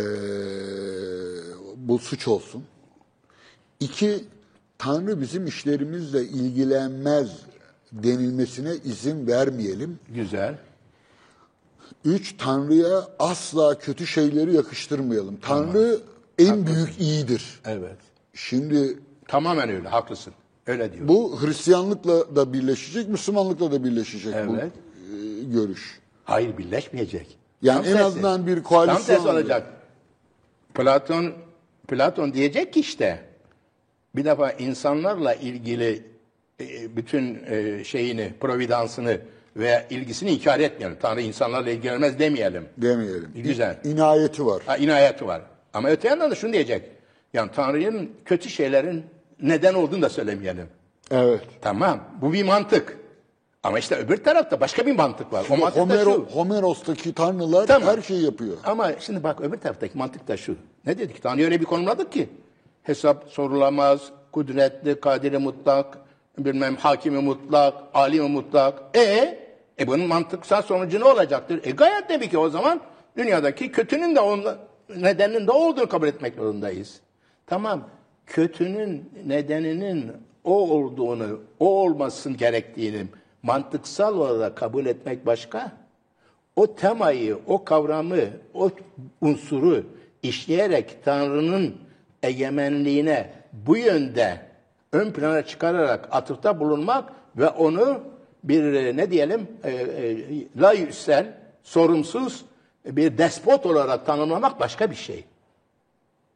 bu suç olsun. İki, Tanrı bizim işlerimizle ilgilenmez denilmesine izin vermeyelim. Güzel. Üç, Tanrı'ya asla kötü şeyleri yakıştırmayalım. Tanrı en büyük iyidir. Evet. Şimdi Tamamen öyle, haklısın. Öyle diyor. bu Hristiyanlıkla da birleşecek, Müslümanlıkla da birleşecek bu Evet. e, görüş. Hayır, birleşmeyecek. Yani Tam en tersi. azından bir Tam koalisyon tersi olacak. Platon Platon diyecek ki işte bir defa insanlarla ilgili e, bütün e, şeyini, providansını veya ilgisini inkar etmeyelim. Tanrı insanlarla ilgilenmez demeyelim. demeyelim. Güzel. İ- İnayeti var. Ha, inayeti var. Ama öte yandan da şunu diyecek. Yani Tanrı'nın kötü şeylerin neden olduğunu da söylemeyelim. Evet. Tamam. Bu bir mantık. Ama işte öbür tarafta başka bir mantık var. O mantık da Homero, şu. Homeros'taki tanrılar Tamam. her şeyi yapıyor. Ama şimdi bak öbür taraftaki mantık da şu. Ne dedik? Tanrı'yı öyle bir konumladık ki. Hesap sorulamaz, kudretli, kadiri mutlak, bilmem hakimi mutlak, alimi mutlak. E, e bunun mantıksal sonucu ne olacaktır? E gayet tabii ki o zaman dünyadaki kötünün de onda, nedeninin de o olduğunu kabul etmek zorundayız. Tamam. Kötünün nedeninin o olduğunu, o olmasın gerektiğini mantıksal olarak kabul etmek başka. O temayı, o kavramı, o unsuru işleyerek Tanrı'nın egemenliğine bu yönde ön plana çıkararak atıfta bulunmak ve onu bir ne diyelim e, e, layüksel, sorumsuz bir despot olarak tanımlamak başka bir şey.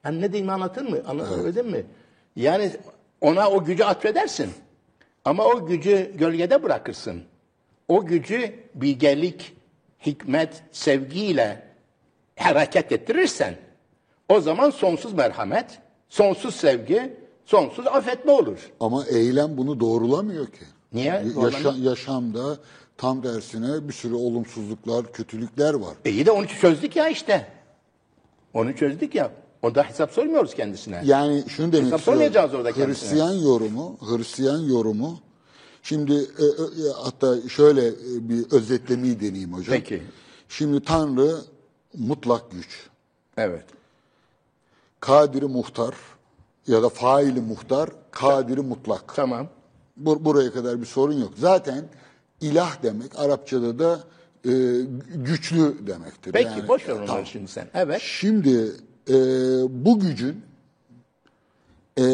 Ben ne diyeyim anlatır mı? Anlatabildim mi? Yani ona o gücü atfedersin. Ama o gücü gölgede bırakırsın. O gücü bilgelik, hikmet, sevgiyle hareket ettirirsen o zaman sonsuz merhamet, sonsuz sevgi, sonsuz affetme olur. Ama eylem bunu doğrulamıyor ki. Niye? Yaşa, yaşamda tam tersine bir sürü olumsuzluklar, kötülükler var. E iyi de onu çözdük ya işte. Onu çözdük ya. Onda hesap sormuyoruz kendisine. Yani şunu demek Hesap istiyorum. sormayacağız orada kendisine. Hristiyan yorumu, Hristiyan yorumu. Şimdi e, e, hatta şöyle e, bir özetlemeyi deneyeyim hocam. Peki. Şimdi Tanrı mutlak güç. Evet. Kadiri muhtar ya da faili muhtar, kadiri mutlak. Tamam. Bur- buraya kadar bir sorun yok. Zaten ilah demek Arapçada da e, güçlü demektir. Peki Yani, boş ver onları tamam. şimdi sen. Evet. Şimdi e, bu gücün e,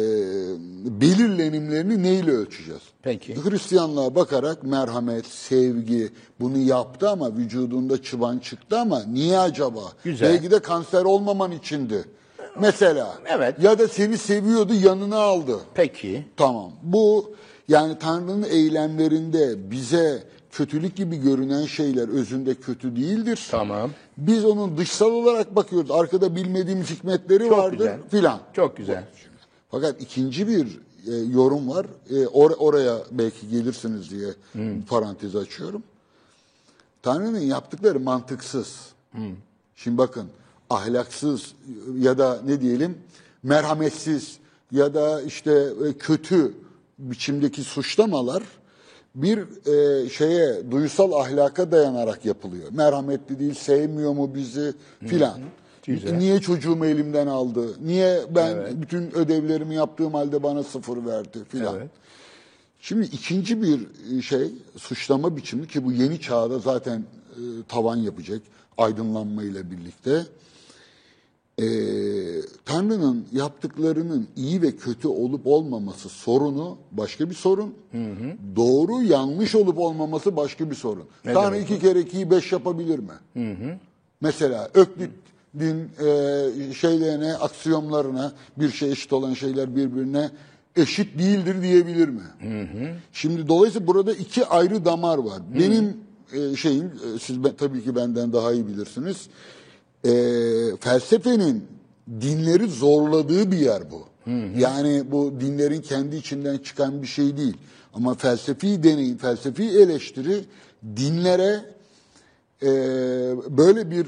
belirlenimlerini neyle ölçeceğiz? Peki. Hristiyanlığa bakarak merhamet, sevgi bunu yaptı ama vücudunda çıban çıktı ama niye acaba? Güzel. Belki de kanser olmaman içindi. Mesela. Evet. Ya da seni seviyordu, yanına aldı. Peki. Tamam. Bu yani Tanrı'nın eylemlerinde bize kötülük gibi görünen şeyler özünde kötü değildir. Tamam. Biz onun dışsal olarak bakıyoruz. Arkada bilmediğimiz hikmetleri Çok vardır güzel. filan. Çok güzel. Fakat ikinci bir e, yorum var. E, or- oraya belki gelirsiniz diye parantez açıyorum. Tanrı'nın yaptıkları mantıksız. Şimdi bakın ahlaksız ya da ne diyelim merhametsiz ya da işte e, kötü biçimdeki suçlamalar bir e, şeye duysal ahlaka dayanarak yapılıyor. Merhametli değil, sevmiyor mu bizi filan. Güzel. Niye çocuğumu elimden aldı? Niye ben Evet. bütün ödevlerimi yaptığım halde bana sıfır verdi filan. Evet. Şimdi ikinci bir şey suçlama biçimi ki bu yeni çağda zaten e, tavan yapacak aydınlanmayla birlikte. E, Tanrı'nın yaptıklarının iyi ve kötü olup olmaması sorunu başka bir sorun. Hı hı. Doğru yanlış olup olmaması başka bir sorun. Ne Tanrı demek iki kere ikiyi beş yapabilir mi? Hı hı. Mesela Öklit'in e, şeylerine, aksiyomlarına bir şey eşit olan şeyler birbirine eşit değildir diyebilir mi? Hı hı. Şimdi dolayısıyla burada iki ayrı damar var. Hı. Benim e, şeyim, e, siz ben, tabii ki benden daha iyi bilirsiniz. E, felsefenin dinleri zorladığı bir yer bu. Hı hı. Yani bu dinlerin kendi içinden çıkan bir şey değil. Ama felsefi deneyim, felsefi eleştiri dinlere e, böyle bir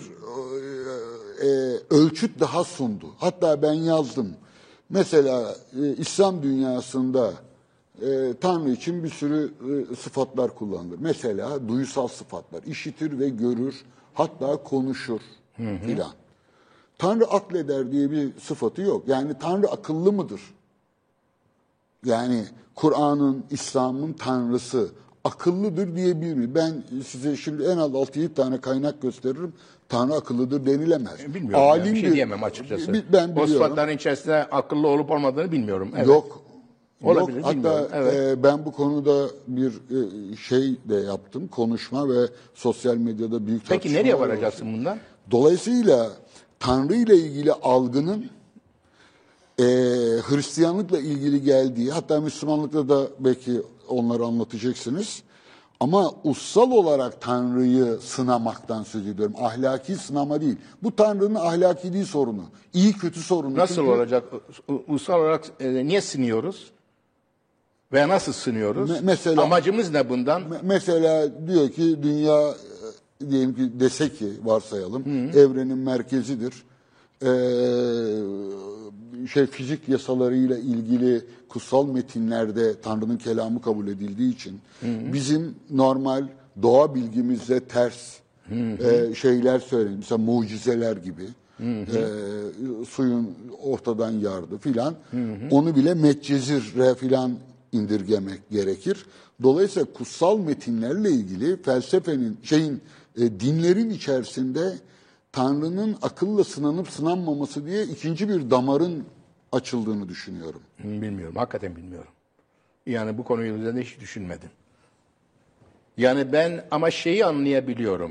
e, ölçüt daha sundu. Hatta ben yazdım. Mesela e, İslam dünyasında e, Tanrı için bir sürü e, sıfatlar kullanılır. Mesela duysal sıfatlar. İşitir ve görür, hatta konuşur filan. Tanrı akleder diye bir sıfatı yok. Yani Tanrı akıllı mıdır? Yani Kur'an'ın, İslam'ın Tanrısı akıllıdır diyebilir mi? Ben size şimdi en az altı yedi tane kaynak gösteririm. Tanrı akıllıdır denilemez. Bilmiyorum. Yani. Bir şey diyemem açıkçası. Bir, ben biliyorum. O sıfatların içerisinde akıllı olup olmadığını bilmiyorum. Evet. Yok. Olabilir, Yok. bilmiyorum. Hatta Evet. e, ben bu konuda bir e, şey de yaptım. Konuşma ve sosyal medyada büyük Peki tartışmalar nereye oldu. varacaksın bundan? Dolayısıyla Tanrı ile ilgili algının e, Hristiyanlıkla ilgili geldiği, hatta Müslümanlıkla da belki onları anlatacaksınız. Ama ussal olarak Tanrı'yı sınamaktan söz ediyorum. Ahlaki sınama değil. Bu Tanrı'nın ahlaki değil sorunu. İyi kötü sorunu. Nasıl Çünkü olacak? Ulusal olarak e, niye sınıyoruz? Ve nasıl sınıyoruz? Me- mesela- Amacımız ne bundan? me- mesela diyor ki dünya e, diyelim ki dese ki varsayalım evrenin merkezidir. Ee, şey fizik yasalarıyla ilgili kutsal metinlerde Tanrı'nın kelamı kabul edildiği için bizim normal doğa bilgimizle ters e, şeyler söylenir. Mesela mucizeler gibi. E, suyun ortadan yardı filan. Onu bile Medcezir'e filan indirgemek gerekir. Dolayısıyla kutsal metinlerle ilgili felsefenin şeyin e, dinlerin içerisinde Tanrı'nın akılla sınanıp sınanmaması diye ikinci bir damarın açıldığını düşünüyorum. Bilmiyorum. Hakikaten bilmiyorum. Yani bu konuyu üzerinde hiç düşünmedim. Yani ben ama şeyi anlayabiliyorum.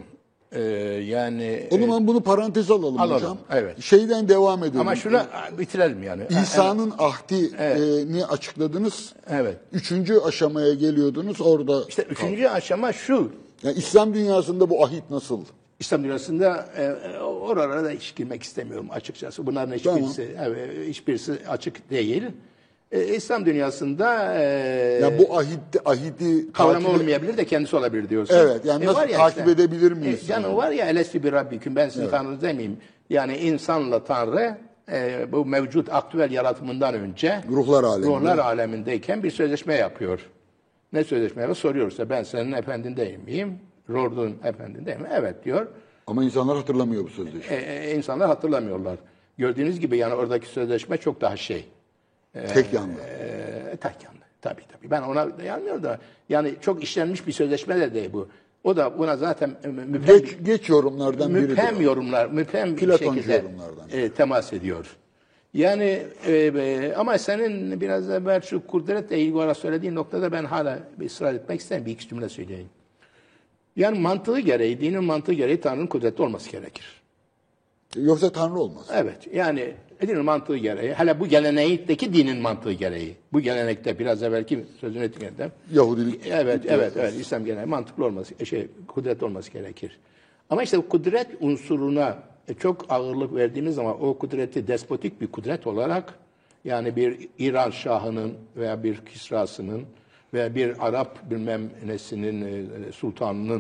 Ee, yani O zaman bunu parantez alalım, Alalım, hocam. evet. Şeyden devam edelim. ama şuna bitirelim yani. İsa'nın ahdini açıkladınız. Evet. Üçüncü aşamaya geliyordunuz. Orada İşte üçüncü aşama şu. yani İslam dünyasında bu ahit nasıl? İslam dünyasında e, oralara da hiç girmek istemiyorum açıkçası. Bunların hiçbirisi, evet, hiçbirisi açık değil. E, İslam dünyasında e, Yani bu ahit, ahidi kavramı takip- olmayabilir de kendisi olabilir diyorsun. Evet, yani nasıl var ya takip edebilir miyiz? E, canım var ya elesti bir Rabbiküm, ben sizin Tanrınız demeyeyim. Yani insanla Tanrı e, bu mevcut aktüel yaratımından önce Ruhlar aleminde. ruhlar alemindeyken bir sözleşme yapıyor. Ne sözleşme yapıyor? Soruyorsa ben senin efendin değil miyim? Lord'un efendin değil mi? Evet diyor. Ama insanlar hatırlamıyor bu sözleşmeyi. E, e, insanlar hatırlamıyorlar. Gördüğünüz gibi yani oradaki sözleşme çok daha şey. Tek yanlı. E, tek yanlı. Tabii tabii. Ben ona dayanmıyorum da yani çok işlenmiş bir sözleşme de değil bu. O da buna zaten müphem, Geç, geç yorumlardan biridir. müphem o. yorumlar, müphem bir Platoncu şekilde yorumlardan. e, temas ediyor. Yani e, e, ama senin biraz evvel şu kudretle ilgili olarak söylediğin noktada ben hala bir ısrar etmek isterim. Bir iki cümle söyleyeyim. Yani mantığı gereği, dinin mantığı gereği Tanrı'nın kudretli olması gerekir. Yoksa Tanrı olmaz. Evet, yani dinin mantığı gereği, hele bu gelenekteki dinin mantığı gereği, bu gelenekte biraz evvelki sözünü ettiğim Yahudilik. evet, evet, evet, İslam geleneği mantıklı olması, şey, kudret olması gerekir. Ama işte bu kudret unsuruna çok ağırlık verdiğimiz zaman o kudreti despotik bir kudret olarak, yani bir İran şahının veya bir Kisra'sının veya bir Arap bilmem nesinin, e, sultanının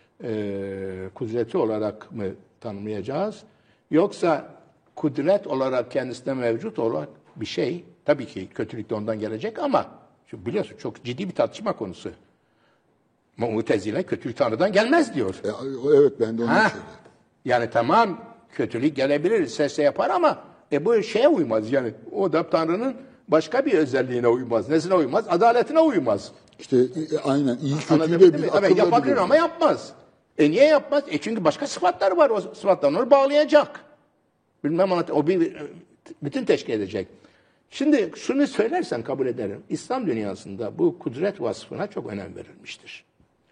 e, kudreti olarak mı tanımlayacağız? Yoksa kudret olarak kendisine mevcut olan bir şey, tabii ki kötülük de ondan gelecek ama şu biliyorsun çok ciddi bir tartışma konusu. Mu'tezile kötülük Tanrı'dan gelmez diyor. E, evet, ben de onu Ha? söylüyorum. Yani tamam kötülük gelebilir, sesle yapar ama e, bu şeye uymaz yani. O da Tanrı'nın başka bir özelliğine uymaz. Nesine uymaz? Adaletine uymaz. İşte e, aynen iyi kötüyü Anlatabildim de mi? bir Evet, akılla yapabilir biliyor. ama yapmaz. E niye yapmaz? E çünkü başka sıfatlar var. O sıfatlar onu bağlayacak. Bilmem anlat. O bir bütün teşkil edecek. Şimdi şunu söylersen kabul ederim. İslam dünyasında bu kudret vasfına çok önem verilmiştir.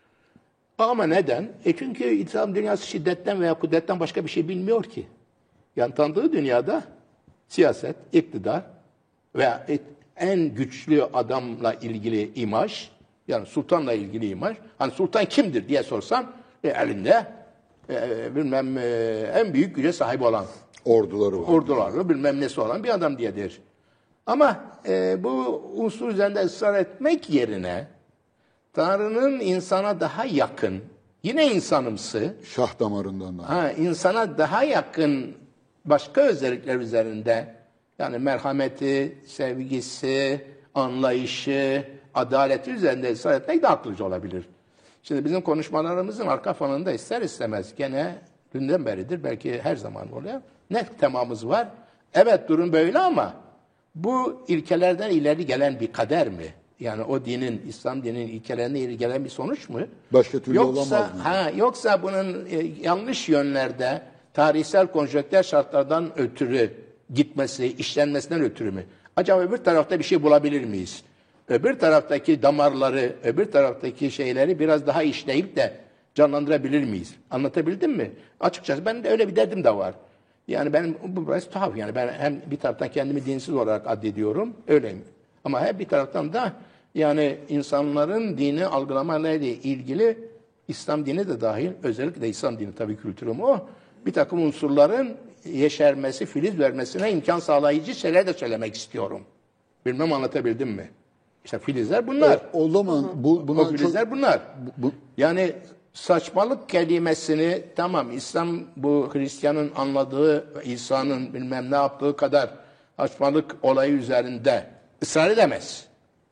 Ama neden? E çünkü İslam dünyası şiddetten veya kudretten başka bir şey bilmiyor ki. Yani tanıdığı dünyada siyaset, iktidar veya en güçlü adamla ilgili imaj, yani sultanla ilgili imaj, hani sultan kimdir diye sorsam e, elinde e, bilmem e, en büyük güce sahip olan, Orduları var. ordularla bilmem nesi olan bir adam diyedir. Ama e, bu unsur üzerinde ısrar etmek yerine Tanrı'nın insana daha yakın, yine insanımsı, Şah damarından da. ha, insana daha yakın başka özellikler üzerinde, yani merhameti, sevgisi, anlayışı, adaleti üzerinde ısrar etmek de akıllıca olabilir. Şimdi bizim konuşmalarımızın arka fonunda ister istemez gene dünden beridir, belki her zaman oluyor. Ne temamız var? Evet durum böyle ama bu ilkelerden ileri gelen bir kader mi? Yani o dinin, İslam dininin ilkelerine ileri gelen bir sonuç mu? Başka türlü Yoksa, olamaz mı? ha, yoksa bunun e, yanlış yönlerde tarihsel konjonktür şartlardan ötürü gitmesi, işlenmesinden ötürü mü? Acaba öbür tarafta bir şey bulabilir miyiz? Öbür taraftaki damarları, öbür taraftaki şeyleri biraz daha işleyip de canlandırabilir miyiz? Anlatabildim mi? Açıkçası ben de öyle bir derdim de var. Yani ben bu biraz tuhaf yani ben hem bir taraftan kendimi dinsiz olarak addediyorum, öyleyim. Ama her bir taraftan da yani insanların dini algılamalarıyla ilgili İslam dini de dahil, özellikle İslam dini tabii kültürüm o, bir takım unsurların yeşermesi, filiz vermesine imkan sağlayıcı şeyler de söylemek istiyorum. Bilmem anlatabildim mi? İşte filizler bunlar. Evet, o zaman bu, buna O filizler çok, bunlar. bu, Yani saçmalık kelimesini tamam İslam bu Hristiyanın anladığı İsa'nın bilmem ne yaptığı kadar saçmalık olayı üzerinde ısrar edemez.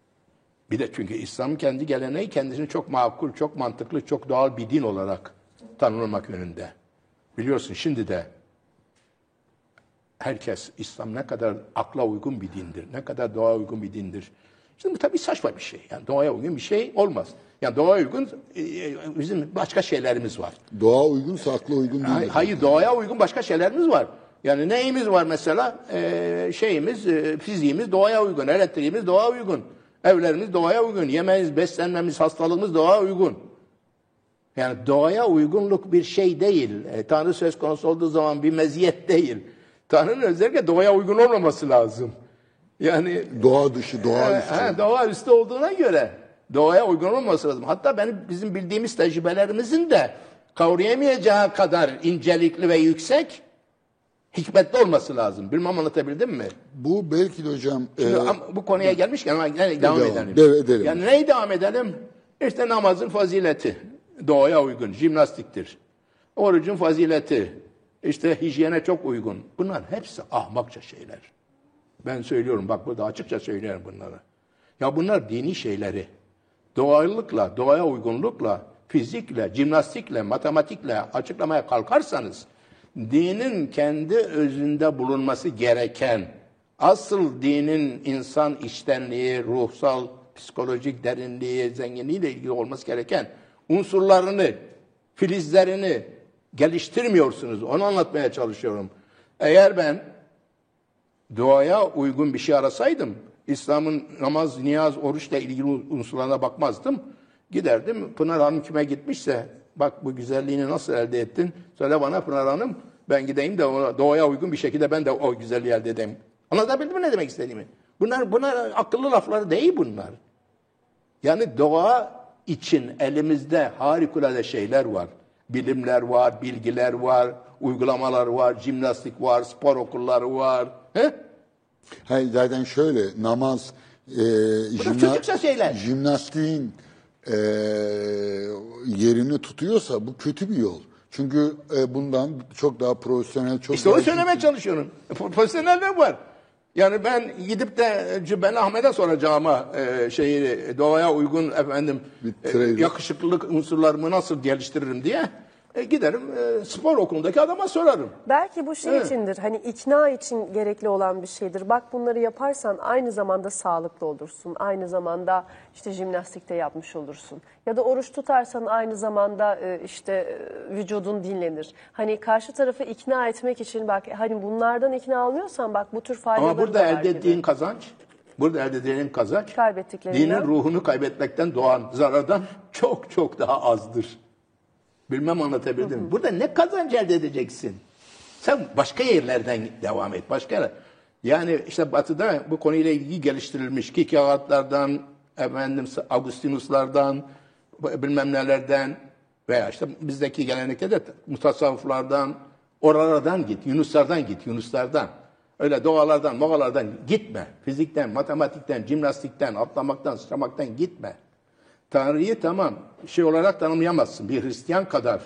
Bir de çünkü İslam'ın kendi geleneği kendisini çok makul, çok mantıklı, çok doğal bir din olarak tanımlamak yönünde. Biliyorsun şimdi de herkes İslam ne kadar akla uygun bir dindir, ne kadar doğaya uygun bir dindir. Şimdi bu tabii saçma bir şey. Yani doğaya uygun bir şey olmaz. Yani doğaya uygun bizim başka şeylerimiz var. doğa uygunsa akla uygun değil. Hayır doğaya uygun başka şeylerimiz var. Yani neyimiz var mesela? Ee, şeyimiz, e, fiziğimiz doğaya uygun, elektriğimiz doğaya uygun, evlerimiz doğaya uygun, yemeğimiz, beslenmemiz, hastalığımız doğaya uygun. Yani doğaya uygunluk bir şey değil. E, Tanrı söz konusu olduğu zaman bir meziyet değil. Tanrı'nın özellikle doğaya uygun olmaması lazım. Yani Doğa dışı, doğa e, üstü. he, doğa üstü olduğuna göre doğaya uygun olmaması lazım. Hatta benim bizim bildiğimiz tecrübelerimizin de kavrayamayacağı kadar incelikli ve yüksek, hikmetli olması lazım. Bilmem anlatabildim mi? Bu belki de hocam... Şimdi, e, ama bu konuya gelmişken ama yine devam, devam, edelim. dev- edelim. Yani neyi devam edelim? İşte namazın fazileti. Doğaya uygun. Jimnastiktir. Orucun fazileti. İşte hijyene çok uygun. Bunlar hepsi ahmakça şeyler. Ben söylüyorum. Bak burada açıkça söylüyorum bunları. Ya bunlar dini şeyleri. Doğallıkla, doğaya uygunlukla, fizikle, jimnastikle, matematikle açıklamaya kalkarsanız dinin kendi özünde bulunması gereken, asıl dinin insan içtenliği, ruhsal, psikolojik derinliği, zenginliğiyle ilgili olması gereken unsurlarını, filizlerini geliştirmiyorsunuz. Onu anlatmaya çalışıyorum. Eğer ben doğaya uygun bir şey arasaydım, İslam'ın namaz, niyaz, oruçla ilgili unsurlarına bakmazdım. Giderdim, Pınar Hanım kime gitmişse, bak bu güzelliğini nasıl elde ettin? Söyle bana Pınar Hanım, ben gideyim de ona, doğaya uygun bir şekilde ben de o güzelliği elde edeyim. Anlatabildim mi ne demek istediğimi? Bunlar, bunlar akıllı laflar değil bunlar. Yani doğa için elimizde harikulade şeyler var. Bilimler var, bilgiler var, uygulamalar var, jimnastik var, spor okulları var. He? hayır, zaten şöyle, namaz, e, jimna- çocukça şeyler. jimnastiğin e, yerini tutuyorsa bu kötü bir yol. Çünkü e, bundan çok daha profesyonel, çok İşte daha onu söylemeye çalışıyorum. Profesyoneller var. Yani ben gidip de Cübbeli Ahmet'e soracağıma e, şeyi doğaya uygun efendim e, yakışıklılık unsurlarımı nasıl geliştiririm diye e, giderim e, spor okulundaki adama sorarım. Belki bu şey Evet. içindir, hani ikna için gerekli olan bir şeydir. Bak bunları yaparsan aynı zamanda sağlıklı olursun. Aynı zamanda işte jimnastikte yapmış olursun. Ya da oruç tutarsan aynı zamanda e, işte e, vücudun dinlenir. Hani karşı tarafı ikna etmek için bak hani bunlardan ikna olmuyorsan bak bu tür faydaları Ama burada da var elde gibi. ettiğin kazanç, burada elde edilen kazanç Kaybettiklerinden. dinin ruhunu kaybetmekten doğan zarardan çok çok daha azdır. Bilmem anlatabildim mi? Burada ne kazanç elde edeceksin? Sen başka yerlerden devam et. Başka yer. Yani işte Batı'da bu konuyla ilgili geliştirilmiş Kierkegaard'lardan, efendim Augustinus'lardan, bilmem nelerden veya işte bizdeki gelenekte de mutasavvıflardan, oralardan git, Yunuslardan git, Yunuslardan. Öyle doğalardan, mogalardan gitme. Fizikten, matematikten, jimnastikten, atlamaktan, sıçramaktan gitme. Tanrı'yı tamam şey olarak tanımlayamazsın. Bir Hristiyan kadar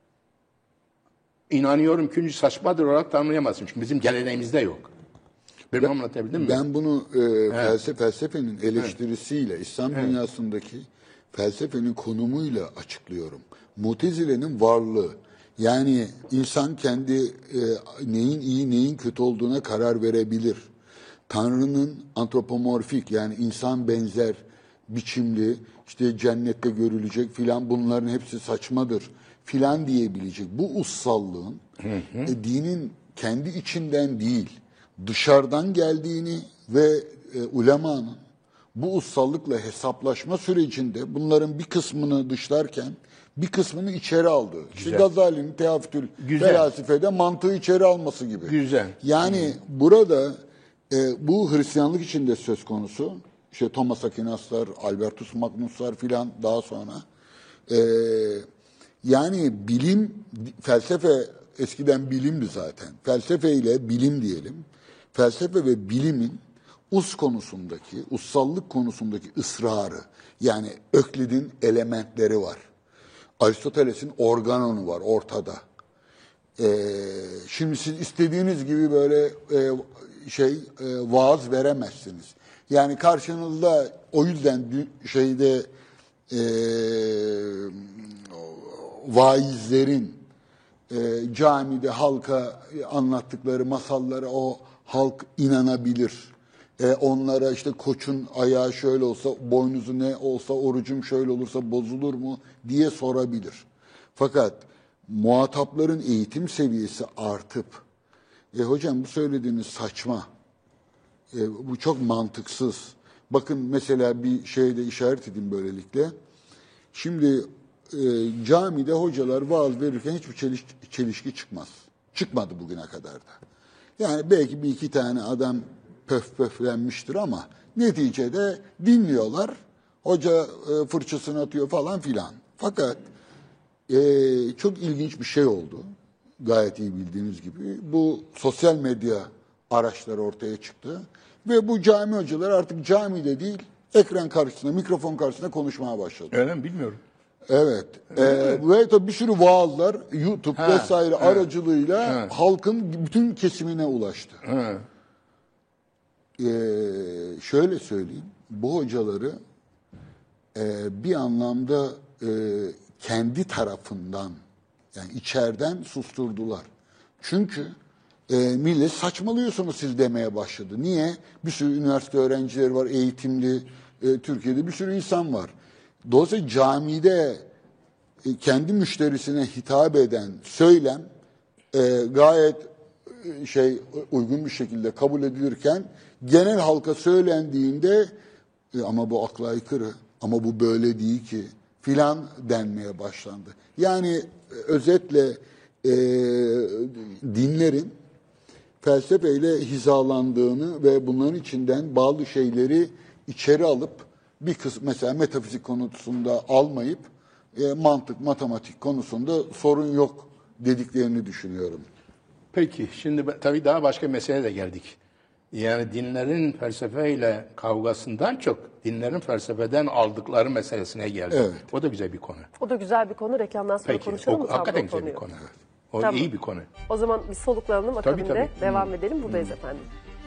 inanıyorum ki saçmadır olarak tanımlayamazsın. Çünkü bizim geleneğimizde yok. Ben, ben anlatabildim mi? Ben bunu e, felsefe, felsefenin eleştirisiyle, evet. İslam evet. dünyasındaki felsefenin konumuyla açıklıyorum. Mutezile'nin varlığı. Yani insan kendi e, neyin iyi neyin kötü olduğuna karar verebilir. Tanrı'nın antropomorfik yani insan benzer, biçimli, işte cennette görülecek filan bunların hepsi saçmadır filan diyebilecek. Bu ussallığın hı hı. E, dinin kendi içinden değil, dışarıdan geldiğini ve e, ulemanın bu ussallıkla hesaplaşma sürecinde bunların bir kısmını dışlarken bir kısmını içeri aldı. İşte Gazali'nin Teafütül Felsefede mantığı içeri alması gibi. Güzel. Yani hmm. burada e, bu Hristiyanlık için de söz konusu. İşte Thomas Aquinas'lar, Albertus Magnus'lar filan daha sonra. E, yani bilim, felsefe eskiden bilimdi zaten. Felsefe ile bilim diyelim. Felsefe ve bilimin us konusundaki, ussallık konusundaki ısrarı, yani Öklid'in elementleri var. Aristoteles'in organonu var ortada. Ee, şimdi siz istediğiniz gibi böyle e, şey e, vaaz veremezsiniz. Yani karşınızda o yüzden şeyde e, vaizlerin e, camide halka anlattıkları masallara o halk inanabilir. E, onlara işte koçun ayağı şöyle olsa, boynuzu ne olsa, orucum şöyle olursa bozulur mu diye sorabilir. Fakat muhatapların eğitim seviyesi artıp, e, hocam bu söylediğiniz saçma, e, bu çok mantıksız. Bakın mesela bir şeyde işaret edeyim böylelikle. Şimdi e, camide hocalar vaaz verirken hiçbir çeliş, çelişki çıkmaz. Çıkmadı bugüne kadar da. Yani belki bir iki tane adam pöf pöflenmiştir ama neticede dinliyorlar. Hoca e, fırçasını atıyor falan filan. Fakat e, çok ilginç bir şey oldu. Gayet iyi bildiğiniz gibi. Bu sosyal medya araçları ortaya çıktı. Ve bu cami hocaları artık camide değil, ekran karşısında, mikrofon karşısında konuşmaya başladı. Öyle mi bilmiyorum. Evet. Ee, ve tabii bir sürü vaazlar YouTube Ha, vesaire ha, aracılığıyla ha. halkın bütün kesimine ulaştı. Ha. Ee, şöyle söyleyeyim, bu hocaları e, bir anlamda e, kendi tarafından, yani içeriden susturdular. Çünkü e, millet saçmalıyorsunuz siz demeye başladı. Niye? Bir sürü üniversite öğrencileri var, eğitimli, e, Türkiye'de bir sürü insan var. Dolayısıyla camide e, kendi müşterisine hitap eden söylem e, gayet e, şey uygun bir şekilde kabul edilirken genel halka söylendiğinde e, ama bu akla aykırı, ama bu böyle değil ki filan denmeye başlandı. Yani e, özetle e, dinlerin felsefeyle hizalandığını ve bunların içinden bazı şeyleri içeri alıp bir kısmı mesela metafizik konusunda almayıp e, mantık, matematik konusunda sorun yok dediklerini düşünüyorum. Peki şimdi ben- tabii daha başka meseleye de geldik. Yani dinlerin felsefeyle kavgasından çok dinlerin felsefeden aldıkları meselesine geldik. Evet. O da güzel bir konu. O da güzel bir konu. Reklamdan sonra Peki. konuşalım O, mı tam hakikaten bu güzel konuyu? bir konu. O Tamam. iyi bir konu. O zaman bir soluklanalım, akabinde tabii. devam edelim. Buradayız efendim.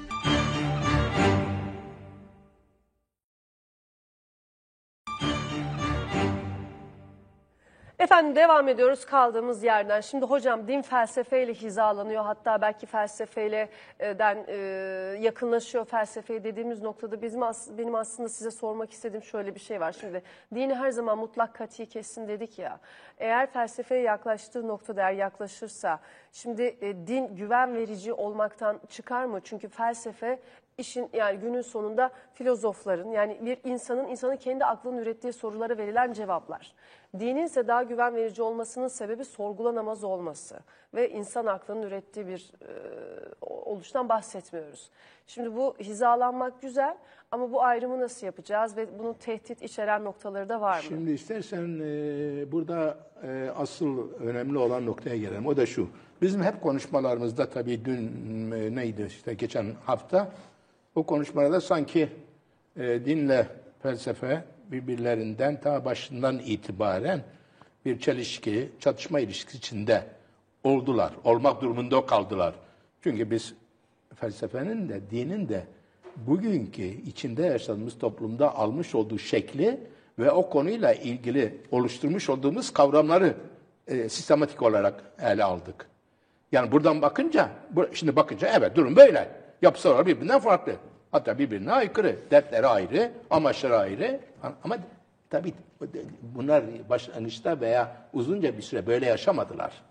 Efendim devam ediyoruz kaldığımız yerden. Şimdi hocam din felsefeyle hizalanıyor. Hatta belki felsefeyle e, den e, yakınlaşıyor felsefeye dediğimiz noktada bizim as- benim aslında size sormak istediğim şöyle bir şey var. Şimdi dini her zaman mutlak kati kesin dedik ya. Eğer felsefeye yaklaştığı noktada eğer yaklaşırsa şimdi e, din güven verici olmaktan çıkar mı? Çünkü felsefe işin yani günün sonunda filozofların yani bir insanın insanın kendi aklının ürettiği sorulara verilen cevaplar. Dinin ise daha güven verici olmasının sebebi sorgulanamaz olması ve insan aklının ürettiği bir e, oluştan bahsetmiyoruz. Şimdi bu hizalanmak güzel ama bu ayrımı nasıl yapacağız ve bunun tehdit içeren noktaları da var mı? Şimdi istersen e, burada e, asıl önemli olan noktaya gelelim. O da şu. Bizim hep konuşmalarımızda tabii dün e, neydi işte geçen hafta o konuşmalarda sanki e, dinle felsefe birbirlerinden ta başından itibaren bir çelişki, çatışma ilişkisi içinde oldular. Olmak durumunda kaldılar. Çünkü biz felsefenin de dinin de bugünkü içinde yaşadığımız toplumda almış olduğu şekli ve o konuyla ilgili oluşturmuş olduğumuz kavramları e, sistematik olarak ele aldık. Yani buradan bakınca, bu, şimdi bakınca evet durum böyle. Yapısal olarak birbirinden farklı. Hatta birbirine aykırı. Dertleri ayrı, amaçları ayrı. Ama tabii bunlar başlangıçta veya uzunca bir süre böyle yaşamadılar.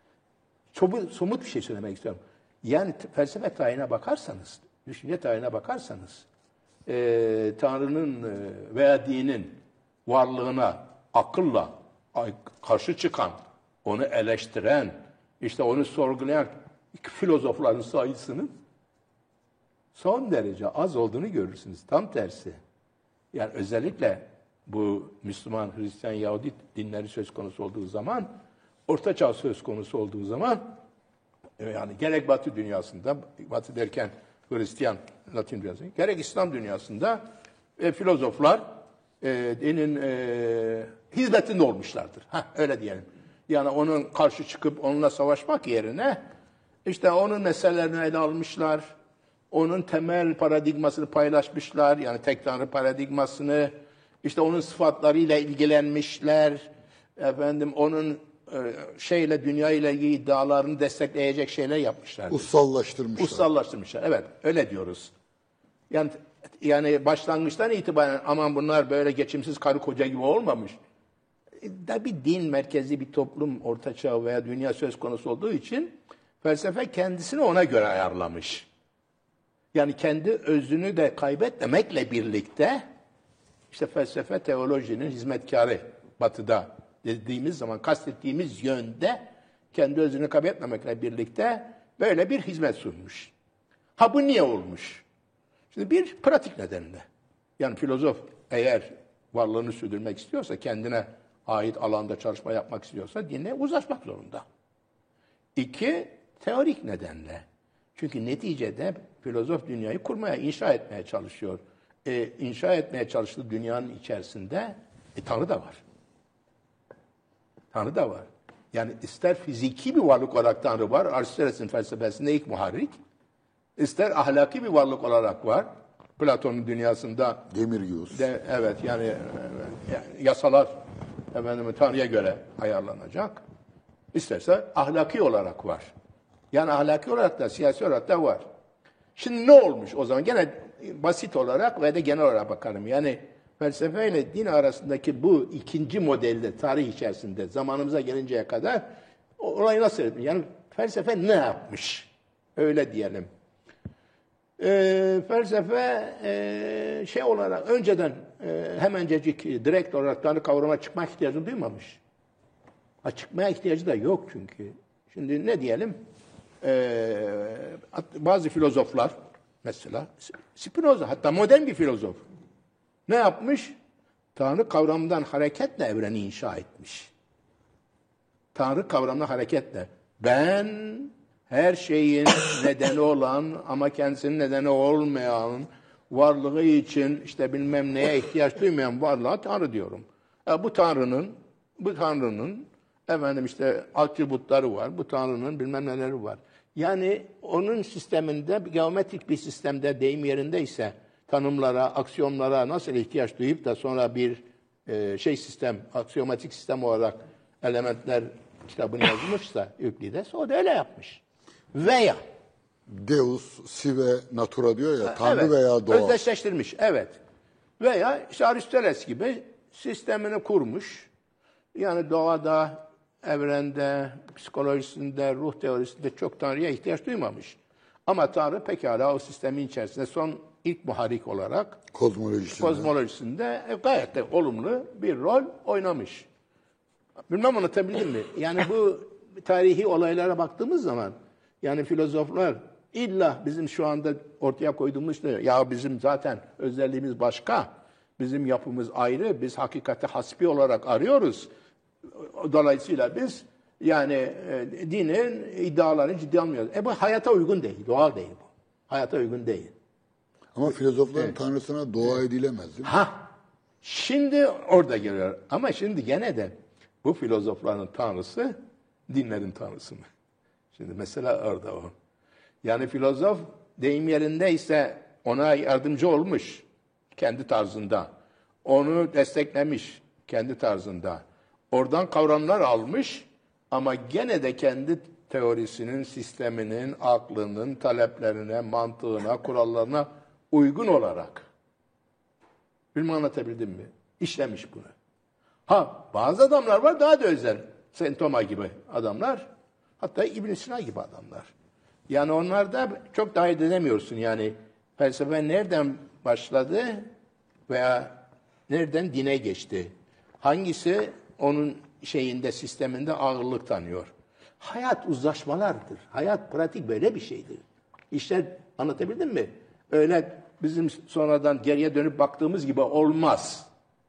Çok somut bir şey söylemek istiyorum. Yani felsefe tarihine bakarsanız, düşünce tarihine bakarsanız, e, Tanrı'nın veya dinin varlığına akılla karşı çıkan, onu eleştiren, işte onu sorgulayan filozofların sayısının son derece az olduğunu görürsünüz. Tam tersi. Yani özellikle bu Müslüman, Hristiyan, Yahudi dinleri söz konusu olduğu zaman, Orta Çağ söz konusu olduğu zaman, yani gerek Batı dünyasında, Batı derken Hristiyan, Latin dünyasında, gerek İslam dünyasında e, filozoflar e, dinin e, hizmetinde olmuşlardır. Heh, öyle diyelim. Yani onun karşı çıkıp onunla savaşmak yerine işte onun meselelerini ele almışlar. Onun temel paradigmasını paylaşmışlar. Yani tek tanrı paradigmasını, işte onun sıfatlarıyla ilgilenmişler. Efendim onun e, şeyle dünya ile ilgili iddialarını destekleyecek şeyler yapmışlar. Ussallaştırmışlar. Ussallaştırmışlar. Evet, öyle diyoruz. Yani yani başlangıçtan itibaren aman bunlar böyle geçimsiz karı koca gibi olmamış. Da bir din merkezli bir toplum, ortaçağ veya dünya söz konusu olduğu için felsefe kendisini ona göre ayarlamış. Yani kendi özünü de kaybetmemekle birlikte işte felsefe teolojinin hizmetkarı Batı'da dediğimiz zaman kastettiğimiz yönde kendi özünü kaybetmemekle birlikte böyle bir hizmet sunmuş. Ha bu niye olmuş? Şimdi bir pratik nedenle. Yani filozof eğer varlığını sürdürmek istiyorsa, kendine ait alanda çalışma yapmak istiyorsa dinle uzlaşmak zorunda. İki, teorik nedenle. Çünkü neticede filozof dünyayı kurmaya, inşa etmeye çalışıyor. E, inşa etmeye çalıştığı dünyanın içerisinde e, Tanrı da var. Tanrı da var. Yani ister fiziki bir varlık olarak Tanrı var, Aristoteles'in felsefesinde ilk muharrik, ister ahlaki bir varlık olarak var. Platon'un dünyasında Demiryus. De, evet yani, yani yasalar efendim Tanrı'ya göre ayarlanacak. İsterse ahlaki olarak var. Yani ahlaki olarak da siyasi olarak da var. Şimdi ne olmuş o zaman? Gene basit olarak ve de genel olarak bakalım. Yani felsefe ile din arasındaki bu ikinci modelde tarih içerisinde zamanımıza gelinceye kadar olayı nasıl etmiş? Yani felsefe ne yapmış? Öyle diyelim. E, felsefe e, şey olarak önceden e, hemencecik direkt olarak Tanrı kavramına çıkma ihtiyacı duymamış. Ha, çıkmaya ihtiyacı da yok çünkü. Şimdi ne diyelim? E, bazı filozoflar mesela Spinoza hatta modern bir filozof ne yapmış? Tanrı kavramından hareketle evreni inşa etmiş. Tanrı kavramından hareketle. Ben her şeyin nedeni olan ama kendisinin nedeni olmayan, varlığı için işte bilmem neye ihtiyaç duymayan varlığa Tanrı diyorum. E, bu Tanrı'nın, bu Tanrı'nın efendim işte atributları var, bu Tanrı'nın bilmem neleri var. Yani onun sisteminde, geometrik bir sistemde deyim yerindeyse tanımlara, aksiyomlara nasıl ihtiyaç duyup da sonra bir e, şey sistem, aksiyomatik sistem olarak elementler kitabını yazmışsa Öklides, o da öyle yapmış. Veya Deus, sive, natura diyor ya, Tanrı evet, veya doğa. özdeşleştirmiş, evet. Veya işte Aristoteles gibi sistemini kurmuş. Yani doğada, evrende, psikolojisinde, ruh teorisinde çok Tanrı'ya ihtiyaç duymamış. Ama Tanrı pekala o sistemin içerisinde son ilk muharrik olarak Kozmolojisinde. kozmolojisinde gayet de olumlu bir rol oynamış. Bilmem anlatabildim mi? Yani bu tarihi olaylara baktığımız zaman yani filozoflar illa bizim şu anda ortaya koyduğumuz ne? Ya bizim zaten özelliğimiz başka. Bizim yapımız ayrı. Biz hakikati hasbi olarak arıyoruz. Dolayısıyla biz yani e, dinin iddialarını ciddi almıyoruz. E bu hayata uygun değil. Doğal değil bu. Hayata uygun değil. Ama filozofların Evet. tanrısına dua edilemez değil mi? Ha, şimdi orada geliyor. Ama şimdi gene de bu filozofların tanrısı dinlerin tanrısı mı? Şimdi mesela orada o. Yani filozof deyim yerindeyse ona yardımcı olmuş kendi tarzında. Onu desteklemiş kendi tarzında. Oradan kavramlar almış ama gene de kendi teorisinin, sisteminin, aklının taleplerine, mantığına, kurallarına uygun olarak. Bilmem anlatabildim mi? İşlemiş bunu. Ha, bazı adamlar var daha da özel. Saint Thomas gibi adamlar. Hatta İbn Sina gibi adamlar. Yani onlarda çok daha edemiyorsun. Yani felsefe nereden başladı veya nereden dine geçti? Hangisi onun şeyinde, sisteminde ağırlık tanıyor? Hayat uzlaşmalardır. Hayat pratik böyle bir şeydir. İşte anlatabildim mi? Öyle bizim sonradan geriye dönüp baktığımız gibi olmaz.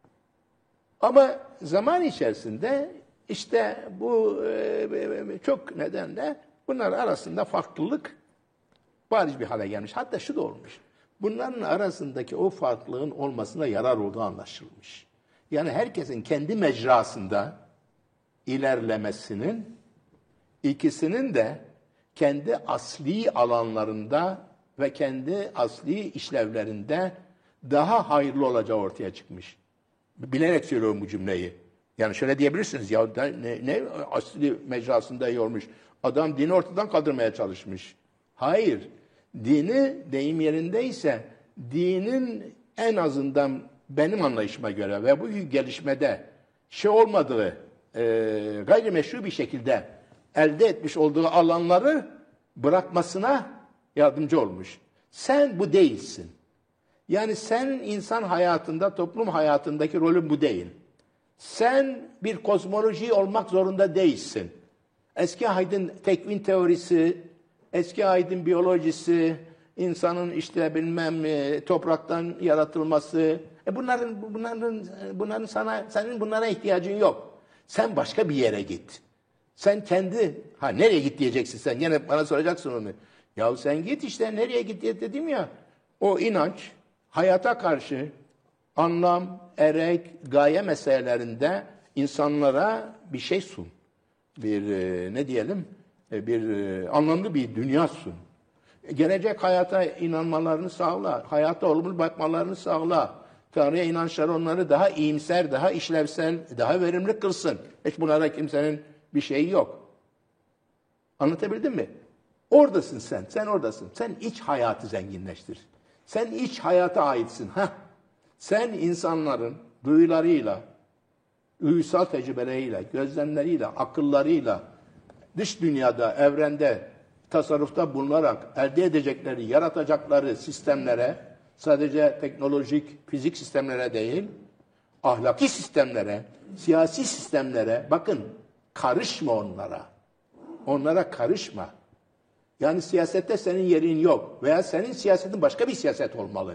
Ama zaman içerisinde işte bu e, çok nedenle bunlar arasında farklılık bariz bir hale gelmiş. Hatta şu da olmuş. Bunların arasındaki o farklılığın olmasına yarar olduğu anlaşılmış. Yani herkesin kendi mecrasında ilerlemesinin, ikisinin de kendi asli alanlarında ve kendi asli işlevlerinde daha hayırlı olacağı ortaya çıkmış. Bilerek söylüyorum bu cümleyi. Yani şöyle diyebilirsiniz ya ne, ne asli mecrasında iyi olmuş. Adam dini ortadan kaldırmaya çalışmış. Hayır. Dini deyim yerindeyse dinin en azından benim anlayışıma göre ve bu gelişmede şey olmadığı e, gayrimeşru bir şekilde elde etmiş olduğu alanları bırakmasına yardımcı olmuş. Sen bu değilsin. Yani sen insan hayatında, toplum hayatındaki rolün bu değil. Sen bir kozmoloji olmak zorunda değilsin. Eski Aydın tekvin teorisi, eski Aydın biyolojisi, insanın işte bilmem e, topraktan yaratılması, e bunların bunların bunların sana senin bunlara ihtiyacın yok. Sen başka bir yere git. Sen kendi ha nereye git diyeceksin sen. Yine bana soracaksın onu. Ya sen git işte nereye git diye dedim ya. O inanç hayata karşı anlam, erek, gaye meselelerinde insanlara bir şey sun. Bir e, ne diyelim? E, bir e, anlamlı bir dünya sun. E, gelecek hayata inanmalarını sağla. Hayata olumlu bakmalarını sağla. Tanrı'ya inançları onları daha iyimser, daha işlevsel, daha verimli kılsın. Hiç bunlara kimsenin bir şeyi yok. Anlatabildim mi? Oradasın sen, sen oradasın. Sen iç hayatı zenginleştir. Sen iç hayata aitsin. Heh. Sen insanların duyularıyla, duygusal tecrübeleriyle, gözlemleriyle, akıllarıyla, dış dünyada, evrende, tasarrufta bulunarak elde edecekleri, yaratacakları sistemlere, sadece teknolojik, fizik sistemlere değil, ahlaki sistemlere, siyasi sistemlere, bakın karışma onlara. Onlara karışma. Yani siyasette senin yerin yok veya senin siyasetin başka bir siyaset olmalı.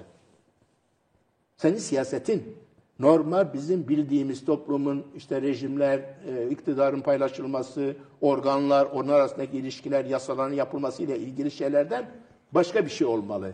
Senin siyasetin normal bizim bildiğimiz toplumun işte rejimler, e, iktidarın paylaşılması, organlar, onlar arasındaki ilişkiler, yasaların yapılması ile ilgili şeylerden başka bir şey olmalı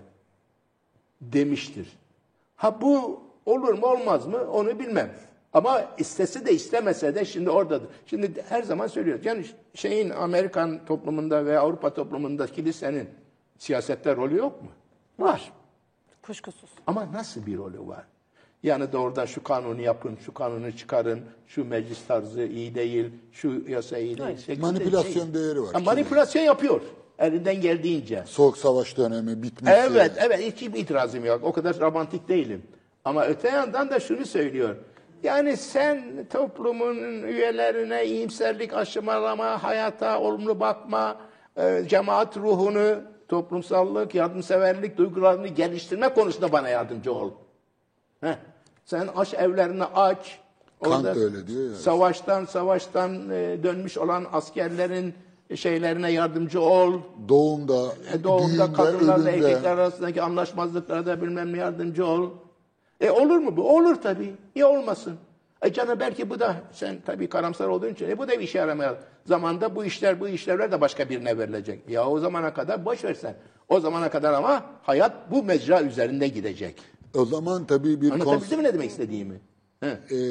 demiştir. Ha bu olur mu olmaz mı onu bilmem. Ama istese de istemese de şimdi oradadır. Şimdi her zaman söylüyoruz. Yani şeyin Amerikan toplumunda veya Avrupa toplumunda kilisenin siyasette rolü yok mu? Var. Kuşkusuz. Ama nasıl bir rolü var? Yani doğrudan şu kanunu yapın, şu kanunu çıkarın, şu meclis tarzı iyi değil, şu yasa iyi değil. Evet. Manipülasyon şey, değeri var. Ha, manipülasyon yapıyor elinden geldiğince. Soğuk savaş dönemi bitmiş. Evet, evet hiç itirazım yok. O kadar romantik değilim. Ama öte yandan da şunu söylüyor. Yani sen toplumun üyelerine iyimserlik aşımalama, hayata olumlu bakma, e, cemaat ruhunu, toplumsallık, yardımseverlik duygularını geliştirme konusunda bana yardımcı ol. Heh. Sen aş evlerini aç. Kant da öyle diyor ya. Savaştan savaştan e, dönmüş olan askerlerin şeylerine yardımcı ol. Doğumda, E, doğumda düğünde, kadınlarla ölümde. erkekler arasındaki anlaşmazlıklarda bilmem ne yardımcı ol. E olur mu bu? Olur tabii. Niye olmasın? E canım belki bu da sen tabii karamsar olduğun için e bu da bir işe yaramıyor. Zamanda bu işler bu işlevler de başka birine verilecek. Ya o zamana kadar boş versen. O zamana kadar ama hayat bu mecra üzerinde gidecek. O zaman tabii bir Anlatabildim mi ne demek istediğimi? E,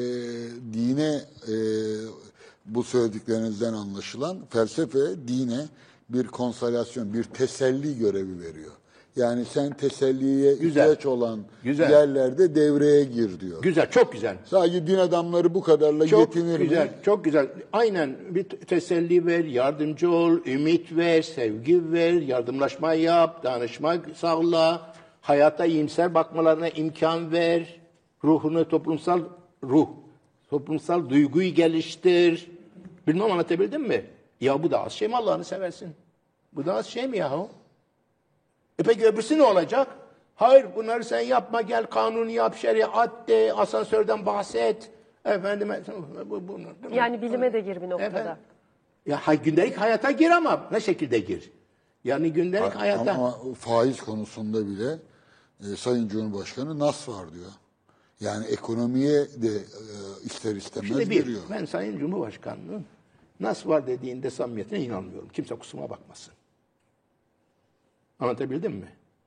dine e, bu söylediklerinizden anlaşılan felsefe dine bir konsolasyon, bir teselli görevi veriyor. Yani sen teselliye Güzel. ihtiyaç olan Güzel. yerlerde devreye gir diyor. Güzel, çok güzel. Sadece din adamları bu kadarla Çok yetinir güzel, mi? çok güzel. Aynen bir teselli ver, yardımcı ol, ümit ver, sevgi ver, yardımlaşma yap, danışma sağla, hayata iyimser bakmalarına imkan ver, ruhunu toplumsal ruh, toplumsal duyguyu geliştir. Bilmem anlatabildim mi? Ya bu da az şey mi Allah'ını seversin? Bu da az şey mi yahu? E peki öbürsü ne olacak? Hayır bunları sen yapma gel kanunu yap, şeriat de, asansörden bahset. Efendim, bu, bu, Yani bilime de gir bir noktada. Efendim? Ya hay, gündelik hayata gir ama ne şekilde gir? Yani gündelik Ha, hayata... Ama faiz konusunda bile e, Sayın Cumhurbaşkanı nas var diyor. Yani ekonomiye de e, ister istemez Şimdi bir, veriyor. ben Sayın Cumhurbaşkanı'nın nas var dediğinde samimiyetine inanmıyorum. Kimse kusuruma bakmasın. Anlatabildim mi?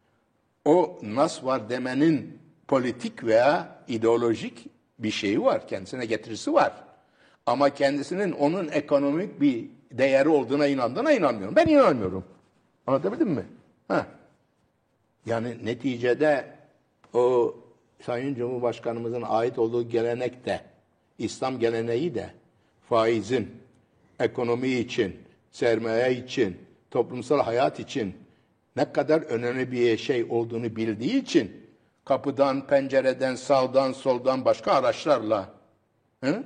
O nas var demenin politik veya ideolojik bir şeyi var. Kendisine getirisi var. Ama kendisinin onun ekonomik bir değeri olduğuna inandığına inanmıyorum. Ben inanmıyorum. Anlatabildim mi? Ha. Yani neticede o Sayın Cumhurbaşkanımızın ait olduğu gelenek de, İslam geleneği de faizin ekonomi için, sermaye için, toplumsal hayat için ne kadar önemli bir şey olduğunu bildiği için kapıdan, pencereden, sağdan, soldan başka araçlarla hı?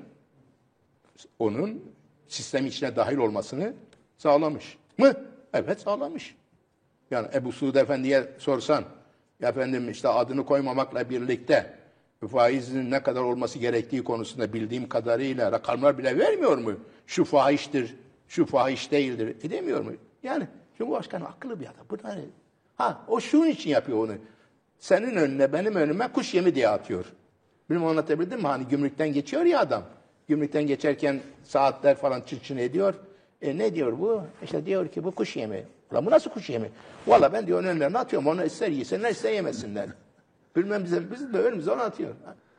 onun sistem içine dahil olmasını sağlamış mı? Evet sağlamış. Yani Ebu Suud Efendi'ye sorsan, efendim işte adını koymamakla birlikte faizin ne kadar olması gerektiği konusunda bildiğim kadarıyla rakamlar bile vermiyor mu? Şu fahiştir, şu fahiş değildir. E demiyor mu? Yani Cumhurbaşkanı akıllı bir adam. Bu hani, ha o şunun için yapıyor onu. Senin önüne benim önüme kuş yemi diye atıyor. Bilmem anlatabildim mi? Hani gümrükten geçiyor ya adam. Gümrükten geçerken saatler falan çın çın ediyor. E ne diyor bu? İşte diyor ki bu kuş yemi. Ulan bu nasıl kuş yemi? Valla ben diyor onun önlerine atıyorum. Onu ister yesinler ister yemesinler. Bilmem bize, biz de önümüze onu atıyor.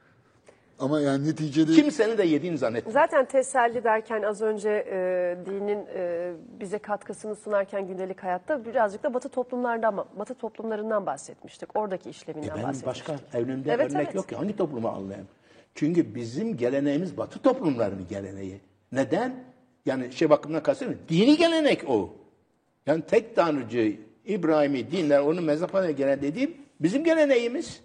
Ama yani neticede... Kimsenin de yediğini zannetmiyor. Zaten teselli derken az önce e, dinin e, bize katkısını sunarken gündelik hayatta birazcık da Batı toplumlardan Batı toplumlarından bahsetmiştik. Oradaki işlevinden E benim bahsetmiştik. başka evrimde Evet, örnek evet. yok ki. Hangi toplumu anlayayım? Çünkü bizim geleneğimiz Batı toplumlarının geleneği. Neden? Yani şey bakımından kastediyorum. Dini gelenek o. Yani tek tanrıcı İbrahimi dinler, onun mezheplerine gelen dediğim bizim geleneğimiz.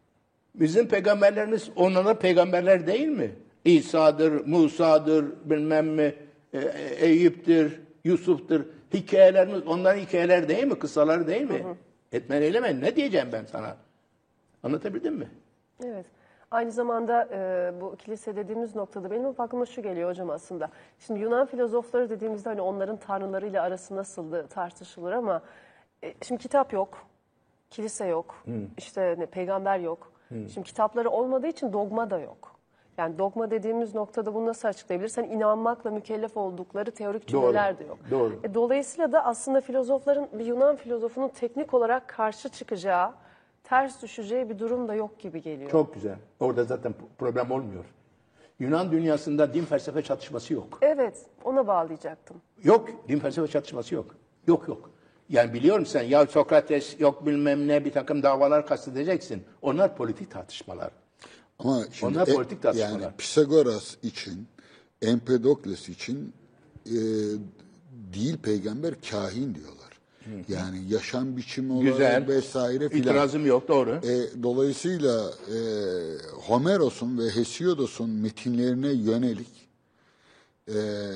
Bizim peygamberlerimiz onlara peygamberler değil mi? İsa'dır, Musa'dır, bilmem mi, e, Eyüp'tür, Yusuf'tur. Hikayelerimiz onların hikayeler değil mi? Kıssaları değil mi? Hı hı. Etmen eylemen. Ne diyeceğim ben sana? Anlatabildim mi? Evet. Aynı zamanda e, bu kilise dediğimiz noktada benim aklıma şu geliyor hocam aslında. Şimdi Yunan filozofları dediğimizde hani onların tanrılarıyla arası nasıldı tartışılır ama e, şimdi kitap yok, kilise yok, hmm. işte ne, peygamber yok. Hmm. Şimdi kitapları olmadığı için dogma da yok. Yani dogma dediğimiz noktada bunu nasıl açıklayabiliriz? Hani inanmakla mükellef oldukları teorik cümleler de yok. Doğru. E, dolayısıyla da aslında filozofların, bir Yunan filozofunun teknik olarak karşı çıkacağı, ters düşeceği bir durum da yok gibi geliyor. Çok güzel. Orada zaten problem olmuyor. Yunan dünyasında din felsefe çatışması yok. Evet, ona bağlayacaktım. Yok, din felsefe çatışması yok. Yok yok. Yani biliyorum sen ya Sokrates yok bilmem ne bir takım davalar kastedeceksin. Onlar politik tartışmalar. Ama şimdi Onlar e, politik tartışmalar. yani Pisagoras için, Empedokles için e, değil peygamber kahin diyorlar. Hı. Yani yaşam biçimi olarak Güzel. vesaire filan. İtirazım yok, doğru. E, dolayısıyla e, Homeros'un ve Hesiodos'un metinlerine yönelik e,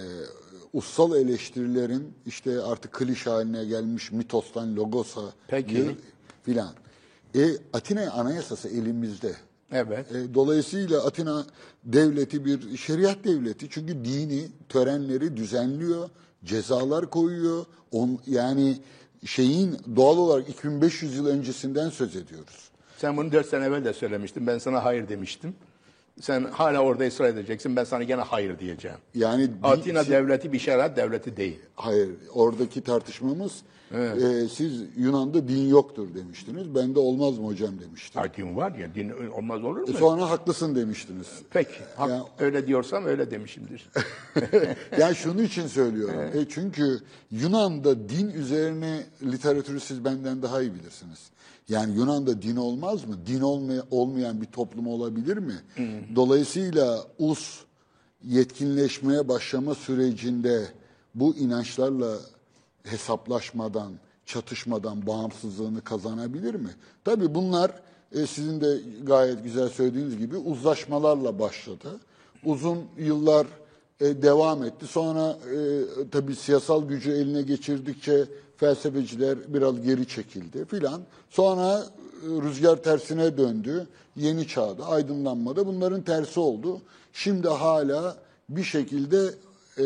ussal eleştirilerin işte artık klişe haline gelmiş mitostan logosa filan. E, Atina Anayasası elimizde. Evet. E, dolayısıyla Atina devleti bir şeriat devleti. Çünkü dini törenleri düzenliyor, cezalar koyuyor. On, yani şeyin doğal olarak iki bin beş yüz yıl öncesinden söz ediyoruz. Sen bunu dört sene evvel de söylemiştin. Ben sana hayır demiştim. Sen hala orada ısrar edeceksin. Ben sana gene hayır diyeceğim. Yani Atina siz, devleti bir şeriat devleti değil. Hayır. Oradaki tartışmamız evet. e, siz Yunan'da din yoktur demiştiniz. Ben de olmaz mı hocam demiştim. Ha, din var ya. Din olmaz olur mu? E, sonra haklısın demiştiniz. Peki. Hak, yani, öyle diyorsam öyle demişimdir. Yani şunun için söylüyorum. Evet. E, çünkü Yunan'da din üzerine literatürü siz benden daha iyi bilirsiniz. Yani Yunan'da din olmaz mı? Din olmay- olmayan bir toplum olabilir mi? Hı hı. Dolayısıyla us yetkinleşmeye başlama sürecinde bu inançlarla hesaplaşmadan, çatışmadan bağımsızlığını kazanabilir mi? Tabii bunlar e, sizin de gayet güzel söylediğiniz gibi uzlaşmalarla başladı. Uzun yıllar e, devam etti. Sonra e, tabii siyasal gücü eline geçirdikçe felsefeciler biraz geri çekildi filan. Sonra e, rüzgar tersine döndü. Yeni çağda, aydınlanmada bunların tersi oldu. Şimdi hala bir şekilde e, e,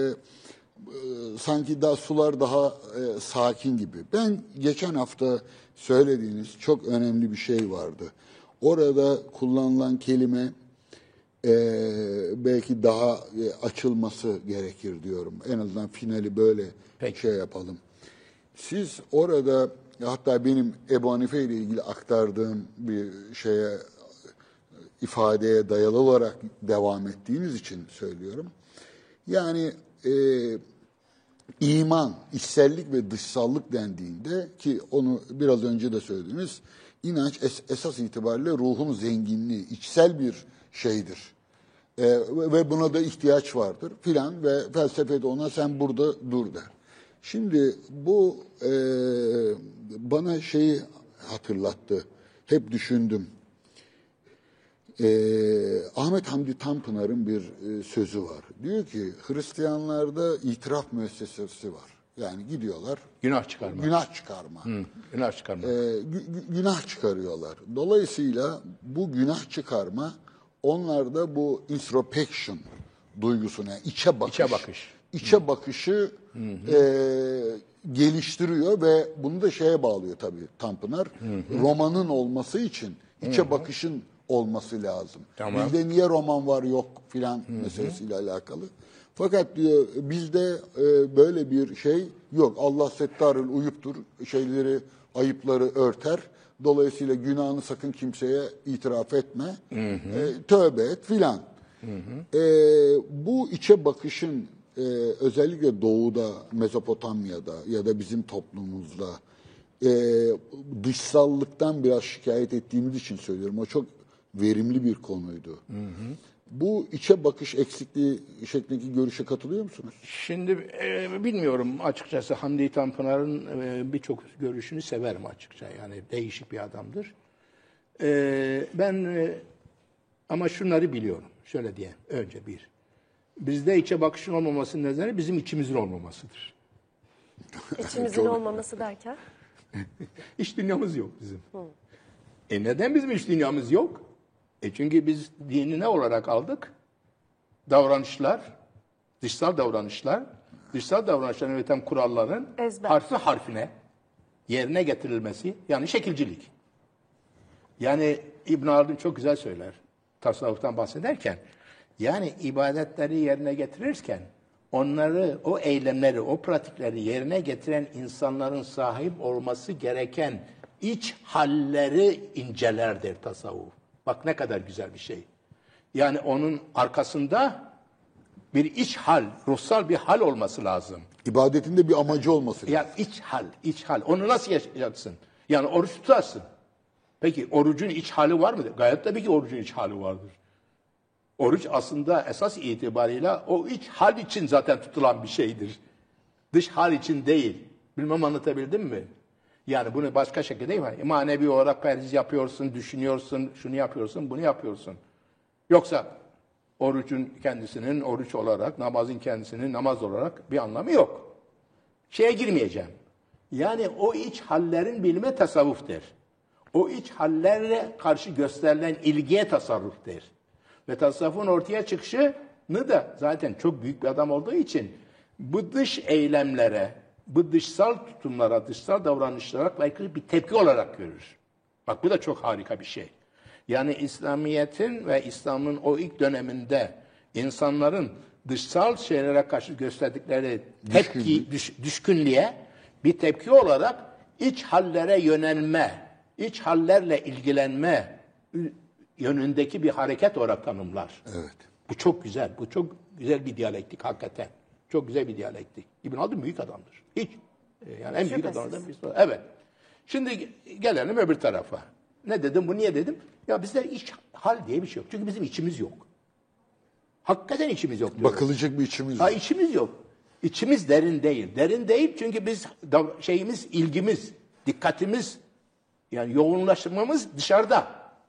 sanki daha sular daha e, sakin gibi. Ben geçen hafta söylediğiniz çok önemli bir şey vardı. Orada kullanılan kelime e, belki daha e, açılması gerekir diyorum. En azından finali böyle Peki. şey yapalım. Siz orada hatta benim Ebu Hanife ile ilgili aktardığım bir şeye ifadeye dayalı olarak devam ettiğiniz için söylüyorum. Yani e, iman, içsellik ve dışsallık dendiğinde ki onu biraz önce de söylediniz, inanç es, esas itibariyle ruhun zenginliği, içsel bir şeydir. E, ve buna da ihtiyaç vardır filan ve felsefede ona sen burada dur der. Şimdi bu e, bana şeyi hatırlattı. Hep düşündüm. E, Ahmet Hamdi Tanpınar'ın bir e, sözü var. Diyor ki Hristiyanlarda itiraf müessesesi var. Yani gidiyorlar Günah çıkarma. günah çıkarma. Hı, günah çıkarma. Ee, gü- günah çıkarıyorlar. Dolayısıyla bu günah çıkarma onlarda bu introspection duygusunu, yani içe bakış, İçe bakış. içe bakışı e, geliştiriyor ve bunu da şeye bağlıyor tabii Tanpınar. Romanın olması için içe bakışın olması lazım. Tamam. Bizde niye roman var yok filan meselesiyle alakalı. Fakat diyor bizde e, böyle bir şey yok. Allah settarül uyuptur. Şeyleri, ayıpları örter. Dolayısıyla günahını sakın kimseye itiraf etme. Hı hı. E, tövbe et filan. E, bu içe bakışın e, özellikle doğuda, Mezopotamya'da ya da bizim toplumumuzda e, dışsallıktan biraz şikayet ettiğimiz için söylüyorum. O çok verimli bir konuydu. Hı hı. Bu içe bakış eksikliği şeklindeki görüşe katılıyor musunuz? Şimdi e, bilmiyorum açıkçası Hamdi Tanpınar'ın e, birçok görüşünü severim açıkça. Yani değişik bir adamdır. E, ben e, ama şunları biliyorum. Şöyle diye önce bir. Bizde içe bakışın olmamasının nedeni bizim içimizin olmamasıdır. İçimizin olmaması derken? İç dünyamız yok bizim. Hı. E neden bizim iç dünyamız yok? E çünkü biz dini ne olarak aldık? Davranışlar, dışsal davranışlar, dışsal davranışların üreten kuralların Ezber. harfi harfine yerine getirilmesi, yani şekilcilik. Yani İbn Haldun çok güzel söyler tasavvuftan bahsederken. Yani ibadetleri yerine getirirken onları, o eylemleri, o pratikleri yerine getiren insanların sahip olması gereken iç halleri incelerdir tasavvuf. Bak ne kadar güzel bir şey. Yani onun arkasında bir iç hal, ruhsal bir hal olması lazım. İbadetinde bir amacı olması lazım. Yani iç hal, iç hal. Onu nasıl yaşayacaksın? Yani oruç tutarsın. Peki orucun iç hali var mıdır? Gayet tabii ki orucun iç hali vardır. Oruç aslında esas itibariyle o iç hal için zaten tutulan bir şeydir. Dış hal için değil. Bilmem anlatabildim mi? Yani bunu başka şekilde değil mi? Manevi olarak perhiz yapıyorsun, düşünüyorsun, şunu yapıyorsun, bunu yapıyorsun. Yoksa orucun kendisinin oruç olarak, namazın kendisinin namaz olarak bir anlamı yok. Şeye girmeyeceğim. Yani o iç hallerin bilime tasavvuf der. O iç hallerle karşı gösterilen ilgiye tasarruf der. Ve tasavvufun ortaya çıkışını da zaten çok büyük bir adam olduğu için bu dış eylemlere, bu dışsal tutumlara, dışsal davranışlara aykırı bir tepki olarak görür. Bak bu da çok harika bir şey. Yani İslamiyet'in ve İslam'ın o ilk döneminde insanların dışsal şeylere karşı gösterdikleri tepki, düş, düşkünlüğe bir tepki olarak iç hallere yönelme, iç hallerle ilgilenme yönündeki bir hareket olarak tanımlar. Evet. Bu çok güzel, bu çok güzel bir diyalektik hakikaten. Çok güzel bir diyalektik. İbn Haldun büyük adamdır. Hiç. Yani en büyük adamlardan birisi. Evet. Şimdi gelelim öbür tarafa. Ne dedim, bu niye dedim? Ya bizde iç hal diye bir şey yok. Çünkü bizim içimiz yok. Hakikaten içimiz yok diyorum. Bakılacak bir içimiz Ha, yok. içimiz yok. İçimiz derin değil. Derin değil çünkü biz şeyimiz, ilgimiz, dikkatimiz, yani yoğunlaşmamız dışarıda.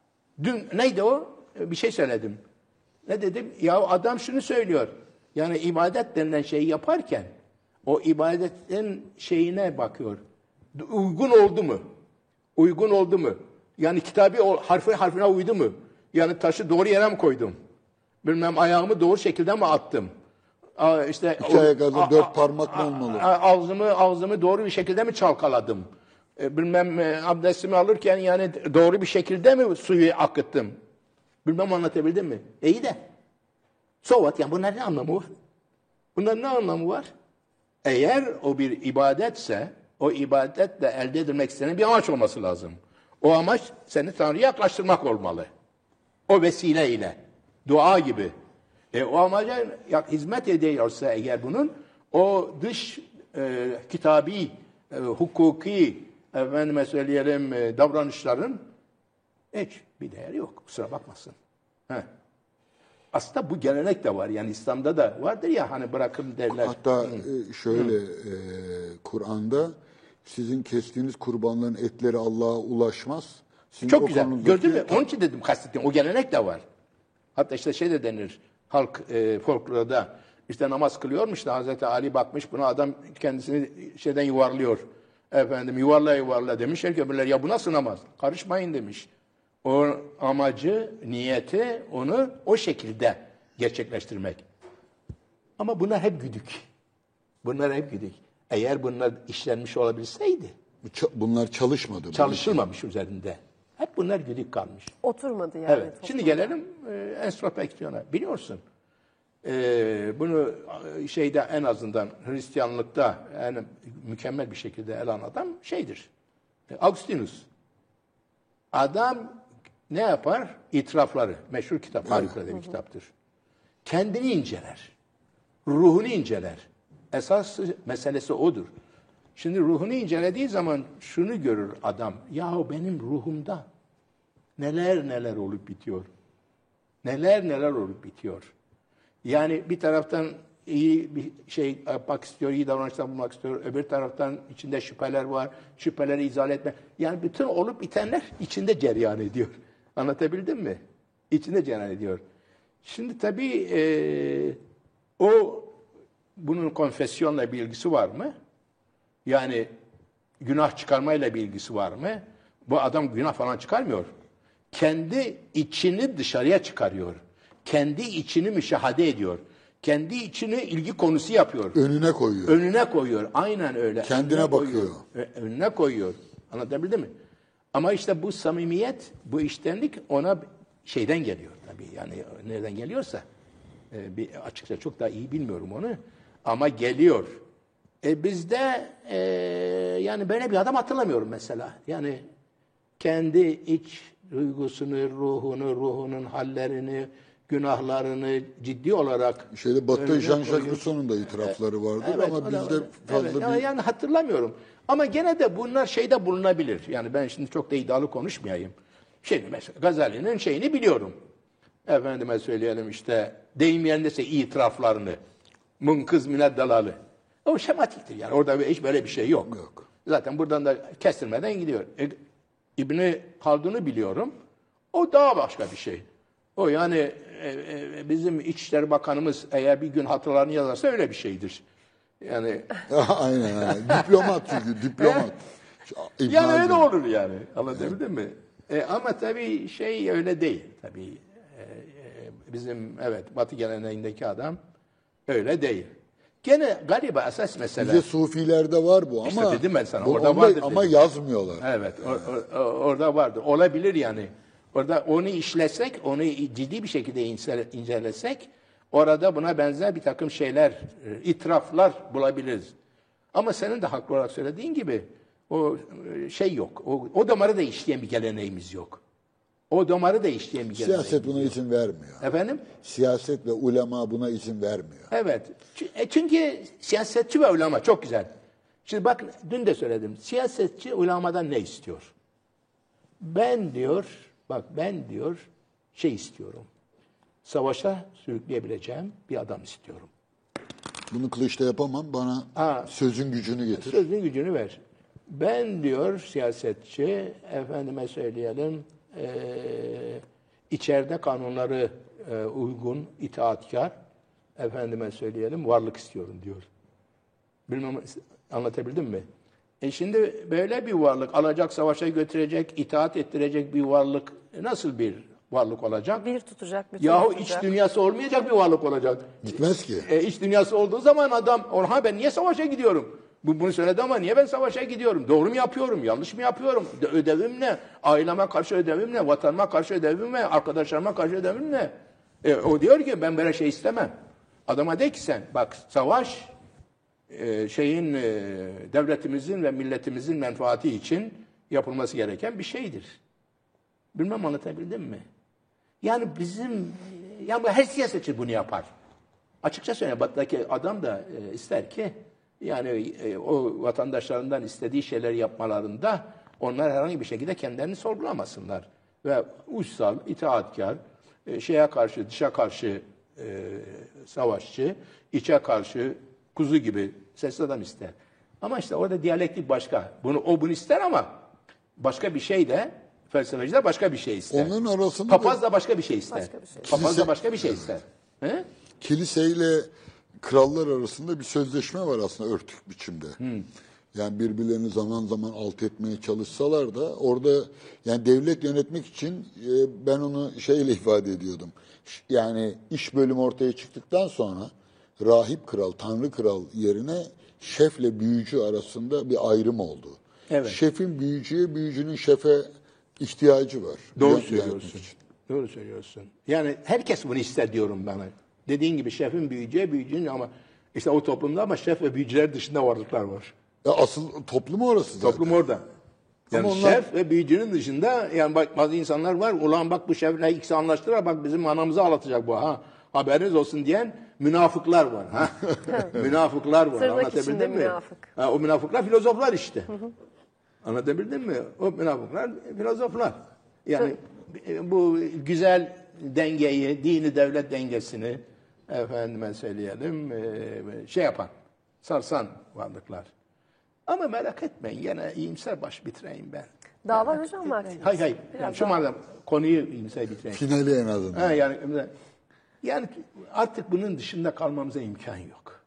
Dün neydi o? Bir şey söyledim. Ne dedim? Ya adam şunu söylüyor. Yani ibadet denilen şeyi yaparken o ibadetin şeyine bakıyor. Uygun oldu mu? Uygun oldu mu? Yani kitabı harfi harfine uydu mu? Yani taşı doğru yere mi koydum? Bilmem ayağımı doğru şekilde mi attım? Aa, işte İki ayak arasında dört parmak mı olmalı? Ağzımı ağzımı doğru bir şekilde mi çalkaladım? E, bilmem e, abdestimi alırken yani doğru bir şekilde mi suyu akıttım? Bilmem anlatabildim mi? İyi de. So what? Yani bunların ne anlamı var? Bunların ne anlamı var? Eğer o bir ibadetse, o ibadetle elde edilmek istenen bir amaç olması lazım. O amaç seni Tanrı'ya yaklaştırmak olmalı. O vesileyle. Dua gibi. E, o amaca hizmet ediyorsa eğer bunun, o dış e, kitabi, e, hukuki, efendime söyleyelim e, davranışların hiç bir değeri yok. Kusura bakmasın. Heh. Aslında bu gelenek de var. Yani İslam'da da vardır ya hani bırakın derler. Hatta e, şöyle e, Kur'an'da sizin kestiğiniz kurbanların etleri Allah'a ulaşmaz. Sizin Çok o güzel. konudaki- Gördün mü? Onun için dedim kastettim. O gelenek de var. Hatta işte şey de denir halk e, folklorda İşte namaz kılıyormuş da Hazreti Ali bakmış buna, adam kendisini şeyden yuvarlıyor. Efendim yuvarla yuvarla demişler ki öbürler ya bu nasıl namaz? Karışmayın demiş. O amacı, niyeti onu o şekilde gerçekleştirmek. Ama bunlar hep güdük. Bunlar hep güdük. Eğer bunlar işlenmiş olabilseydi, Bunlar çalışmadı. çalışılmamış üzerinde. Hep bunlar güdük kalmış. Oturmadı yani. Evet. toplumda. Şimdi gelelim e, entrospeksiyona. Biliyorsun, e, bunu şeyde en azından Hristiyanlıkta yani mükemmel bir şekilde ele alan adam şeydir. E, Augustinus. Adam ne yapar? İtirafları. Meşhur kitap. Harikulade bir kitaptır. Kendini inceler. Ruhunu inceler. Esas meselesi odur. Şimdi ruhunu incelediği zaman şunu görür adam. Yahu benim ruhumda neler neler olup bitiyor. Neler neler olup bitiyor. Yani bir taraftan iyi bir şey yapmak istiyor, iyi davranışlar bulmak istiyor. Öbür taraftan içinde şüpheler var. Şüpheleri izale etme. Yani bütün olup bitenler içinde cereyan ediyor. Anlatabildim mi? İçinde cereyan ediyor. Şimdi tabii e, o bunun konfesyonla bir ilgisi var mı? Yani günah çıkarmayla bir ilgisi var mı? Bu adam günah falan çıkarmıyor. Kendi içini dışarıya çıkarıyor. Kendi içini müşahede ediyor. Kendi içini ilgi konusu yapıyor. Önüne koyuyor. Önüne koyuyor. Aynen öyle. Kendine Önüne bakıyor. koyuyor. Ö- Önüne koyuyor. Anlatabildim mi? Ama işte bu samimiyet, bu içtenlik ona şeyden geliyor tabii. Yani nereden geliyorsa. E, bir açıkça çok daha iyi bilmiyorum onu. Ama geliyor. E bizde e, yani böyle bir adam hatırlamıyorum mesela. Yani kendi iç duygusunu, ruhunu, ruhunun hallerini, günahlarını ciddi olarak... Şeyde Batı'da önüne Jean-Jacques koyuyor. Rousseau'nun da itirafları vardır Evet, ama o da bizde var. fazla Evet, bir... yani hatırlamıyorum. Ama gene de bunlar şeyde bulunabilir. Yani ben şimdi çok da iddialı konuşmayayım. Şimdi mesela Gazali'nin şeyini biliyorum. Efendime söyleyelim işte deyim yerindeyse itiraflarını. Munkız mine dalalı. O şematiktir yani. Orada hiç böyle bir şey yok. Yok. Zaten buradan da kestirmeden gidiyor. E, İbni Haldun'u biliyorum. O daha başka bir şey. O yani e, e, bizim İçişleri Bakanımız eğer bir gün hatırlarını yazarsa öyle bir şeydir. Yani Aynen aynen. Diplomat çünkü diplomat. İbn yani öyle Haldun. olur yani. Anlatabildim mi? E, ama tabii şey öyle değil. Tabii e, e, bizim evet Batı geleneğindeki adam öyle değil. Gene galiba esas mesele. Bize Sufilerde var bu ama İşte dedim ben sana, bu- orada onda- vardır ama dedim. yazmıyorlar. Evet, or- or- orada vardır. Olabilir yani. Orada onu işlesek, onu ciddi bir şekilde ince- incelesek, orada buna benzer bir takım şeyler, e, itiraflar bulabiliriz. Ama senin de haklı olarak söylediğin gibi o e, şey yok. O, o damarı da işleyen bir geleneğimiz yok. O damarı da işleyen bir geleneğimiz Siyaset buna yok. izin vermiyor. Efendim? Siyaset ve ulema buna izin vermiyor. Evet. Ç- e Çünkü siyasetçi ve ulema çok güzel. Şimdi bak dün de söyledim. Siyasetçi ulemadan ne istiyor? Ben diyor, bak ben diyor şey istiyorum. Savaşa sürükleyebileceğim bir adam istiyorum. Bunu kılıçta yapamam. Bana Ha. sözün gücünü getir. Sözün gücünü ver. Ben diyor siyasetçi, efendime söyleyelim, e, içeride kanunları e, uygun, itaatkar, efendime söyleyelim, varlık istiyorum diyor. Bilmem anlatabildim mi? E şimdi böyle bir varlık, alacak, savaşa götürecek, itaat ettirecek bir varlık nasıl bir varlık olacak? Bir tutacak, bütün Yahu tutacak. iç dünyası olmayacak bir varlık olacak. Gitmez ki. E, iç dünyası olduğu zaman adam, orha ben niye savaşa gidiyorum? Bu, bunu söyledi ama niye ben savaşa gidiyorum? Doğru mu yapıyorum? Yanlış mı yapıyorum? De, ödevim ne? Aileme karşı ödevim ne? Vatanıma karşı ödevim ne? Arkadaşlarıma karşı ödevim ne? E, o diyor ki ben böyle şey istemem. Adama de ki sen bak savaş e, şeyin e, devletimizin ve milletimizin menfaati için yapılması gereken bir şeydir. Bilmem anlatabildim mi? Yani bizim, yani her siyasetçi bunu yapar. Açıkça söyleyeyim, Batı'daki adam da e, ister ki, yani e, o vatandaşlarından istediği şeyler yapmalarında onlar herhangi bir şekilde kendilerini sorgulamasınlar. Ve uysal, itaatkar, e, şeye karşı, dışa karşı e, savaşçı, içe karşı kuzu gibi sesli adam ister. Ama işte orada diyalektik başka. Bunu, o bunu ister ama başka bir şey de, felsefeci de başka bir şey ister. Onun arasında Papaz da başka bir şey ister. Başka bir şey. Papaz Kilise- da başka bir şey ister. He? kiliseyle krallar arasında bir sözleşme var aslında örtük biçimde. Yani birbirlerini zaman zaman alt etmeye çalışsalar da orada yani devlet yönetmek için e, ben onu şeyle ifade ediyordum. Ş- Yani iş bölümü ortaya çıktıktan sonra rahip kral, tanrı kral yerine şefle büyücü arasında bir ayrım oldu. Evet. Şefin büyücüye, büyücünün şefe ihtiyacı var. Doğru Yön- söylüyorsun. yönetmek için. Doğru söylüyorsun. Yani herkes bunu ister diyorum bana. Dediğin gibi şefin büyücüye, büyücünün ama işte o toplumda ama şef ve büyücüler dışında varlıklar var. Ya asıl toplum orası zaten. Toplum orada. Yani Ama onlar- şef ve büyücünün dışında yani bak, bazı insanlar var. Ulan bak bu şefle ikisi anlaştılar, bak bizim anamızı ağlatacak bu ha. Haberiniz olsun diyen münafıklar var. Ha? Münafıklar var. Tırnak Anlatabildim içinde mi? münafık. Ha, o münafıklar filozoflar işte. Anlatabildim mi? O münafıklar filozoflar. Yani bu güzel dengeyi, dini devlet dengesini efendime söyleyelim e, şey yapan, sarsan varlıklar. Ama merak etmeyin, gene iyimser baş bitireyim ben. Daha var hocam var. Hayır hayır. Biraz Yani şu daha. madem konuyu iyimser bitireyim. Finali en azından. Ha, yani, yani artık bunun dışında kalmamıza imkan yok.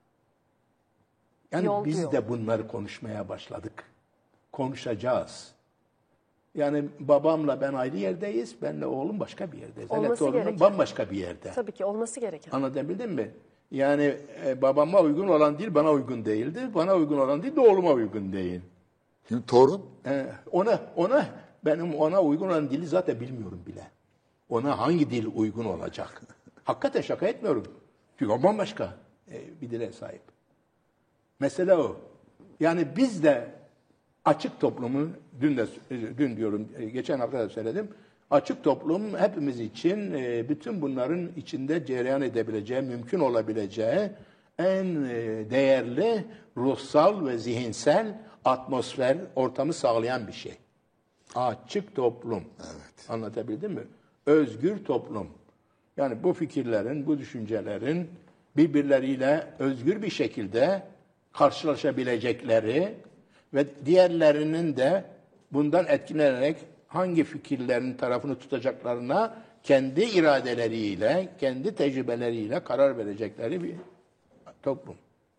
Yani Yol biz diyor. de bunları konuşmaya başladık. Konuşacağız. Yani babamla ben ayrı yerdeyiz, benle oğlum başka bir yerdeyiz. Hele Olması torunum gereken. bambaşka bir yerde. Tabii ki olması gereken. Anlatabildim mi? Yani e, babama uygun olan dil bana uygun değildi. Bana uygun olan dil de oğluma uygun değil. Şimdi torun E, ona ona benim ona uygun olan dili zaten bilmiyorum bile. Ona hangi dil uygun olacak? Hakikaten şaka etmiyorum. Çünkü o bambaşka e, bir dile sahip. Mesele o. Yani biz de açık toplumu, dün de dün diyorum, geçen hafta da söyledim. Açık toplum hepimiz için e, bütün bunların içinde cereyan edebileceği, mümkün olabileceği en e, değerli ruhsal ve zihinsel atmosfer, ortamı sağlayan bir şey. Açık toplum. Evet. Anlatabildim mi? Özgür toplum. Yani bu fikirlerin, bu düşüncelerin birbirleriyle özgür bir şekilde karşılaşabilecekleri ve diğerlerinin de bundan etkilenerek hangi fikirlerin tarafını tutacaklarına kendi iradeleriyle, kendi tecrübeleriyle karar verecekleri bir toplum.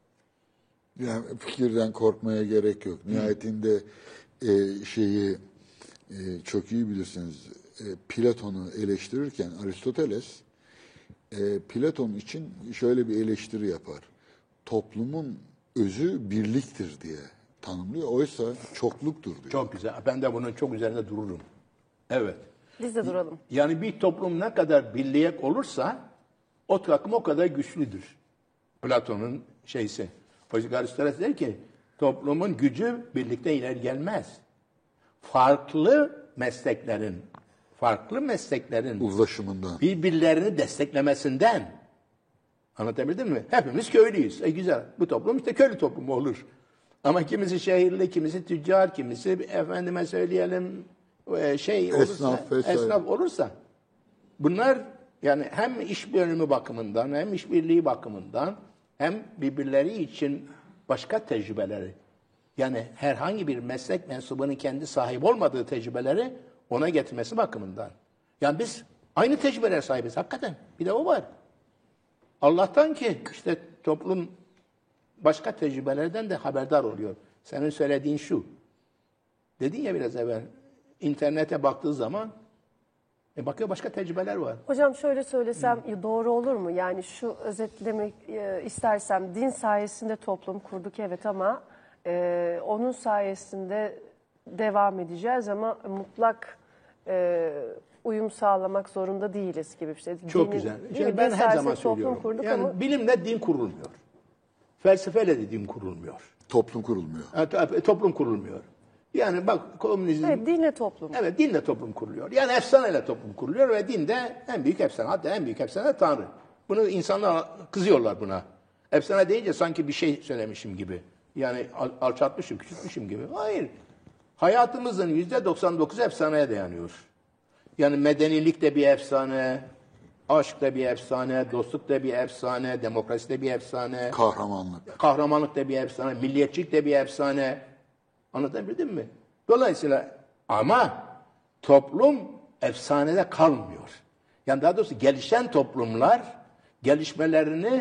yani fikirden korkmaya gerek yok. Nihayetinde e, şeyi e, çok iyi bilirsiniz. E, Platon'u eleştirirken Aristoteles e, Platon için şöyle bir eleştiri yapar. Toplumun özü birliktir diye tanımlıyor. Oysa çokluktur diyor. Çok güzel. Ben de bunun çok üzerinde dururum. Evet. Biz de duralım. Yani bir toplum ne kadar birliyek olursa o takım o kadar güçlüdür. Platon'un şeysi. Oysa Aristoteles der ki toplumun gücü birlikte ileri gelmez. Farklı mesleklerin, farklı mesleklerin Uzlaşımından. birbirlerini desteklemesinden. Anlatabildim mi? Hepimiz köylüyüz. E güzel. Bu toplum işte köylü toplumu olur. Ama kimisi şehirli, kimisi tüccar, kimisi efendime söyleyelim e, şey olursa, Esnaf vesaire. esnaf olursa bunlar yani hem iş bölümü bakımından hem işbirliği bakımından hem birbirleri için başka tecrübeleri yani herhangi bir meslek mensubunun kendi sahip olmadığı tecrübeleri ona getirmesi bakımından. Yani biz aynı tecrübeler sahibiz hakikaten. Bir de o var. Allah'tan ki işte toplum başka tecrübelerden de haberdar oluyor. Senin söylediğin şu. Dedin ya biraz evvel, internete baktığı zaman e bakıyor başka tecrübeler var. Hocam şöyle söylesem doğru olur mu? Yani şu özetlemek e, istersem din sayesinde toplum kurduk evet ama e, onun sayesinde devam edeceğiz ama mutlak e, uyum sağlamak zorunda değiliz gibi bir şey. Çok Dinin- güzel. değil Şimdi mi? ben Din her zaman sayesinde toplum söylüyorum. kurduk Yani ama bilimle din kurulmuyor. Felsefeyle de din kurulmuyor. Toplum kurulmuyor. Yani to- toplum kurulmuyor. Yani bak komünizm... evet, dinle toplum. Evet, dinle toplum kuruluyor. Yani efsaneyle toplum kuruluyor ve din de en büyük efsane. Hatta en büyük efsane Tanrı. Bunu insanlar kızıyorlar buna. Efsane deyince sanki bir şey söylemişim gibi. Yani al- alçaltmışım, küçültmüşüm gibi. Hayır. Hayatımızın yüzde doksan dokuzu efsaneye dayanıyor. Yani medenilik de bir efsane, aşk da bir efsane, dostluk da bir efsane, demokrasi de bir efsane, Kahramanlık. kahramanlık da bir efsane, milliyetçilik de bir efsane. Anlatabildim mi? Dolayısıyla ama toplum efsanede kalmıyor. Yani daha doğrusu gelişen toplumlar gelişmelerini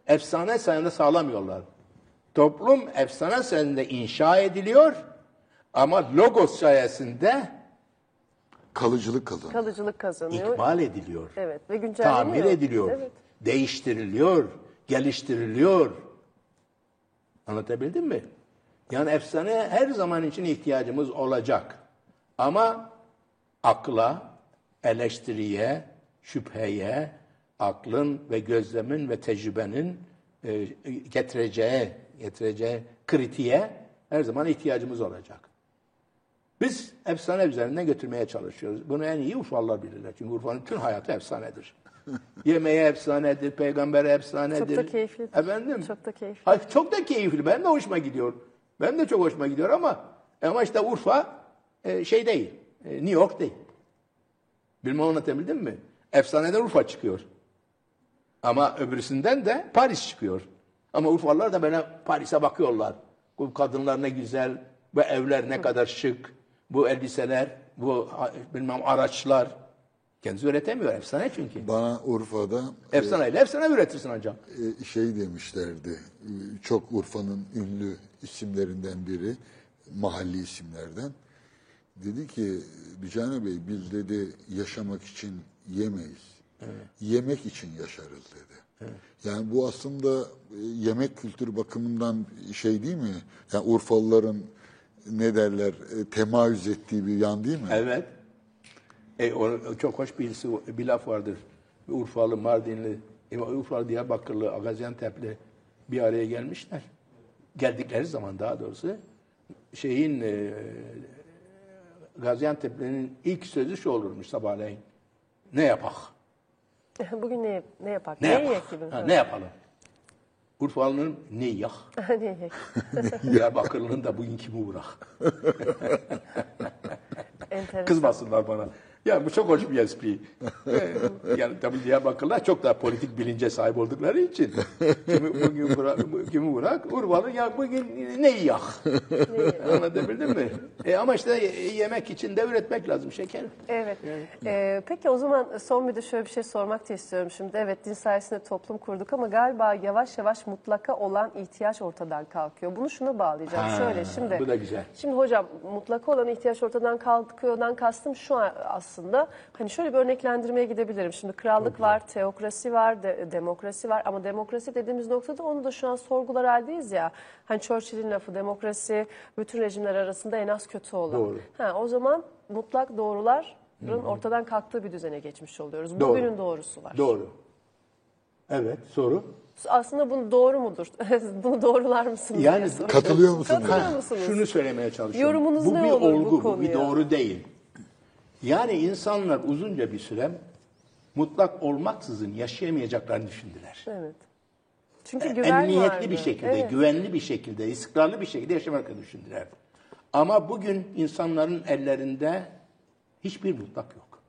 efsane sayesinde sağlamıyorlar. Toplum efsane sayesinde inşa ediliyor ama logos sayesinde Kalıcılık kazanıyor. Kalıcılık kazanıyor. ikmal ediliyor. Evet ve güncelleniyor. Tamir ediliyor. Evet. Değiştiriliyor, geliştiriliyor. Anlatabildim mi? Yani efsane her zaman için ihtiyacımız olacak. Ama akla, eleştiriye, şüpheye, aklın ve gözlemin ve tecrübenin e, getireceği, getireceği kritiğe her zaman ihtiyacımız olacak. Biz efsane üzerinden götürmeye çalışıyoruz. Bunu en iyi Urfalılar bilirler. Çünkü Urfa'nın tüm hayatı efsanedir. Yemeği efsanedir, peygamberi efsanedir. Çok da keyifli. Efendim? Çok da keyifli. Hayır, çok da keyifli. Benim de hoşuma gidiyor. Benim de çok hoşuma gidiyor ama ama işte Urfa e, şey değil. E, New York değil. Bilmem anlatabildim mi? Efsaneden Urfa çıkıyor. Ama öbürüsünden de Paris çıkıyor. Ama Urfalılar da böyle Paris'e bakıyorlar. Bu kadınlar ne güzel, bu evler ne kadar şık, bu elbiseler, bu bilmem araçlar. Kendisi üretemiyor. Efsane çünkü. Bana Urfa'da Efsaneyle efsane üretirsin hocam. e, şey demişlerdi. e, Çok Urfa'nın ünlü isimlerinden biri, mahalli isimlerden. Dedi ki Bicane Bey biz dedi yaşamak için yemeyiz. Evet. Yemek için yaşarız dedi. Evet. Yani bu aslında e, yemek kültürü bakımından şey değil mi? Yani Urfalıların ne derler e, temayüz ettiği bir yan değil mi? Evet. E, o, çok hoş bir, bir laf vardır. Bir Urfalı, Mardinli, e, Urfalı, Diyarbakırlı, Gaziantep'li bir araya gelmişler. Geldikleri zaman daha doğrusu şeyin e, Gaziantep'lerin ilk sözü şu olurmuş sabahleyin. Ne yapak? Bugün ne, ne yapak? Ne, ne yapak? yiyek gibi. Ha, ne yapalım? Urfalı'nın ne yak? ne yiyek? Diyarbakırlı'nın da bugün kimi uğrak? Enteresan. Kızmasınlar bana. Ya bu çok hoş bir espri. Ee, yani tabii Diyarbakırlılar çok daha politik bilince sahip oldukları için. Kimi bugün bırak, kimi bırak, Urfalı ya bugün ne yak? Anlatabildim mi? E ama işte yemek için de üretmek lazım şeker. Evet. Ee, peki o zaman son bir de şöyle bir şey sormak da istiyorum şimdi. Evet din sayesinde toplum kurduk ama galiba yavaş yavaş mutlaka olan ihtiyaç ortadan kalkıyor. Bunu şuna bağlayacağım. Ha, şöyle şimdi. bu da güzel. Şimdi hocam mutlaka olan ihtiyaç ortadan kalkıyordan kastım şu an aslında. Hani şöyle bir örneklendirmeye gidebilirim. Şimdi krallık var, teokrasi var, de, demokrasi var ama demokrasi dediğimiz noktada onu da şu an sorgular haldeyiz ya. Hani Churchill'in lafı demokrasi bütün rejimler arasında en az kötü olan. Doğru. Ha, o zaman mutlak doğruların ortadan kalktığı bir düzene geçmiş oluyoruz. Doğru. Bugünün doğrusu var. Doğru. Evet, soru. Aslında bunu doğru mudur? Bunu doğrular mısınız? Yani diye soruyorum. katılıyor musunuz? Katılıyor musunuz? Şunu söylemeye çalışıyorum. Yorumunuz bu ne bir olur bu olgu, bu, konuya? bir doğru değil. Yani insanlar uzunca bir süre mutlak olmaksızın yaşayamayacaklarını düşündüler. Evet. Çünkü güven Emniyetli vardı. bir şekilde, Evet. güvenli bir şekilde, istikrarlı bir şekilde yaşamaklarını düşündüler. Ama bugün insanların ellerinde hiçbir mutlak yok.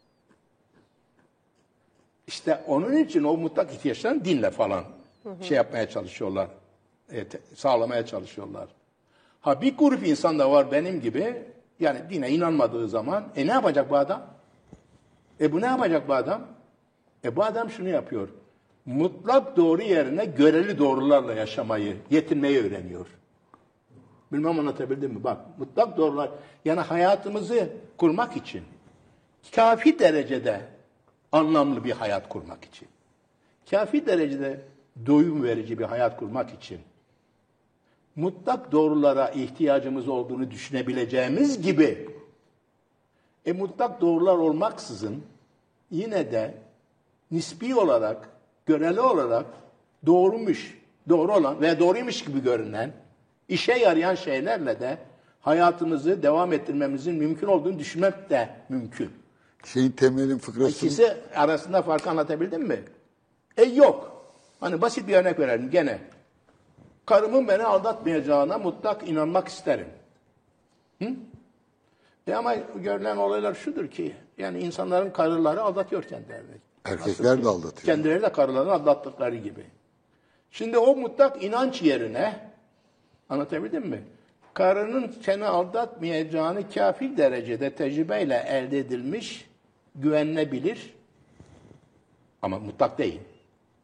İşte onun için o mutlak ihtiyaçlarını dinle falan hı hı. şey yapmaya çalışıyorlar, evet, sağlamaya çalışıyorlar. Ha bir grup insan da var benim gibi, yani dine inanmadığı zaman, e ne yapacak bu adam? E bu ne yapacak bu adam? E bu adam şunu yapıyor. Mutlak doğru yerine göreli doğrularla yaşamayı, yetinmeyi öğreniyor. Bilmem anlatabildim mi? Bak, mutlak doğrular, yani hayatımızı kurmak için, kafi derecede anlamlı bir hayat kurmak için, kafi derecede doyum verici bir hayat kurmak için, mutlak doğrulara ihtiyacımız olduğunu düşünebileceğimiz gibi, e mutlak doğrular olmaksızın yine de nispi olarak, göreli olarak doğrumuş, doğru olan ve doğruymuş gibi görünen, işe yarayan şeylerle de hayatımızı devam ettirmemizin mümkün olduğunu düşünmek de mümkün. Şeyin temelin fıkrası. İkisi arasında farkı anlatabildim mi? E yok. Hani basit bir örnek verelim gene. Karımın beni aldatmayacağına mutlak inanmak isterim. Hı? E ama görülen olaylar şudur ki, yani insanların karıları aldatıyor kendilerini. Erkekler de aldatıyor. Kendileri de karılarını aldattıkları gibi. Şimdi o mutlak inanç yerine, anlatabildim mi? Karının seni aldatmayacağını kâfi derecede tecrübeyle elde edilmiş, güvenilebilir ama mutlak değil.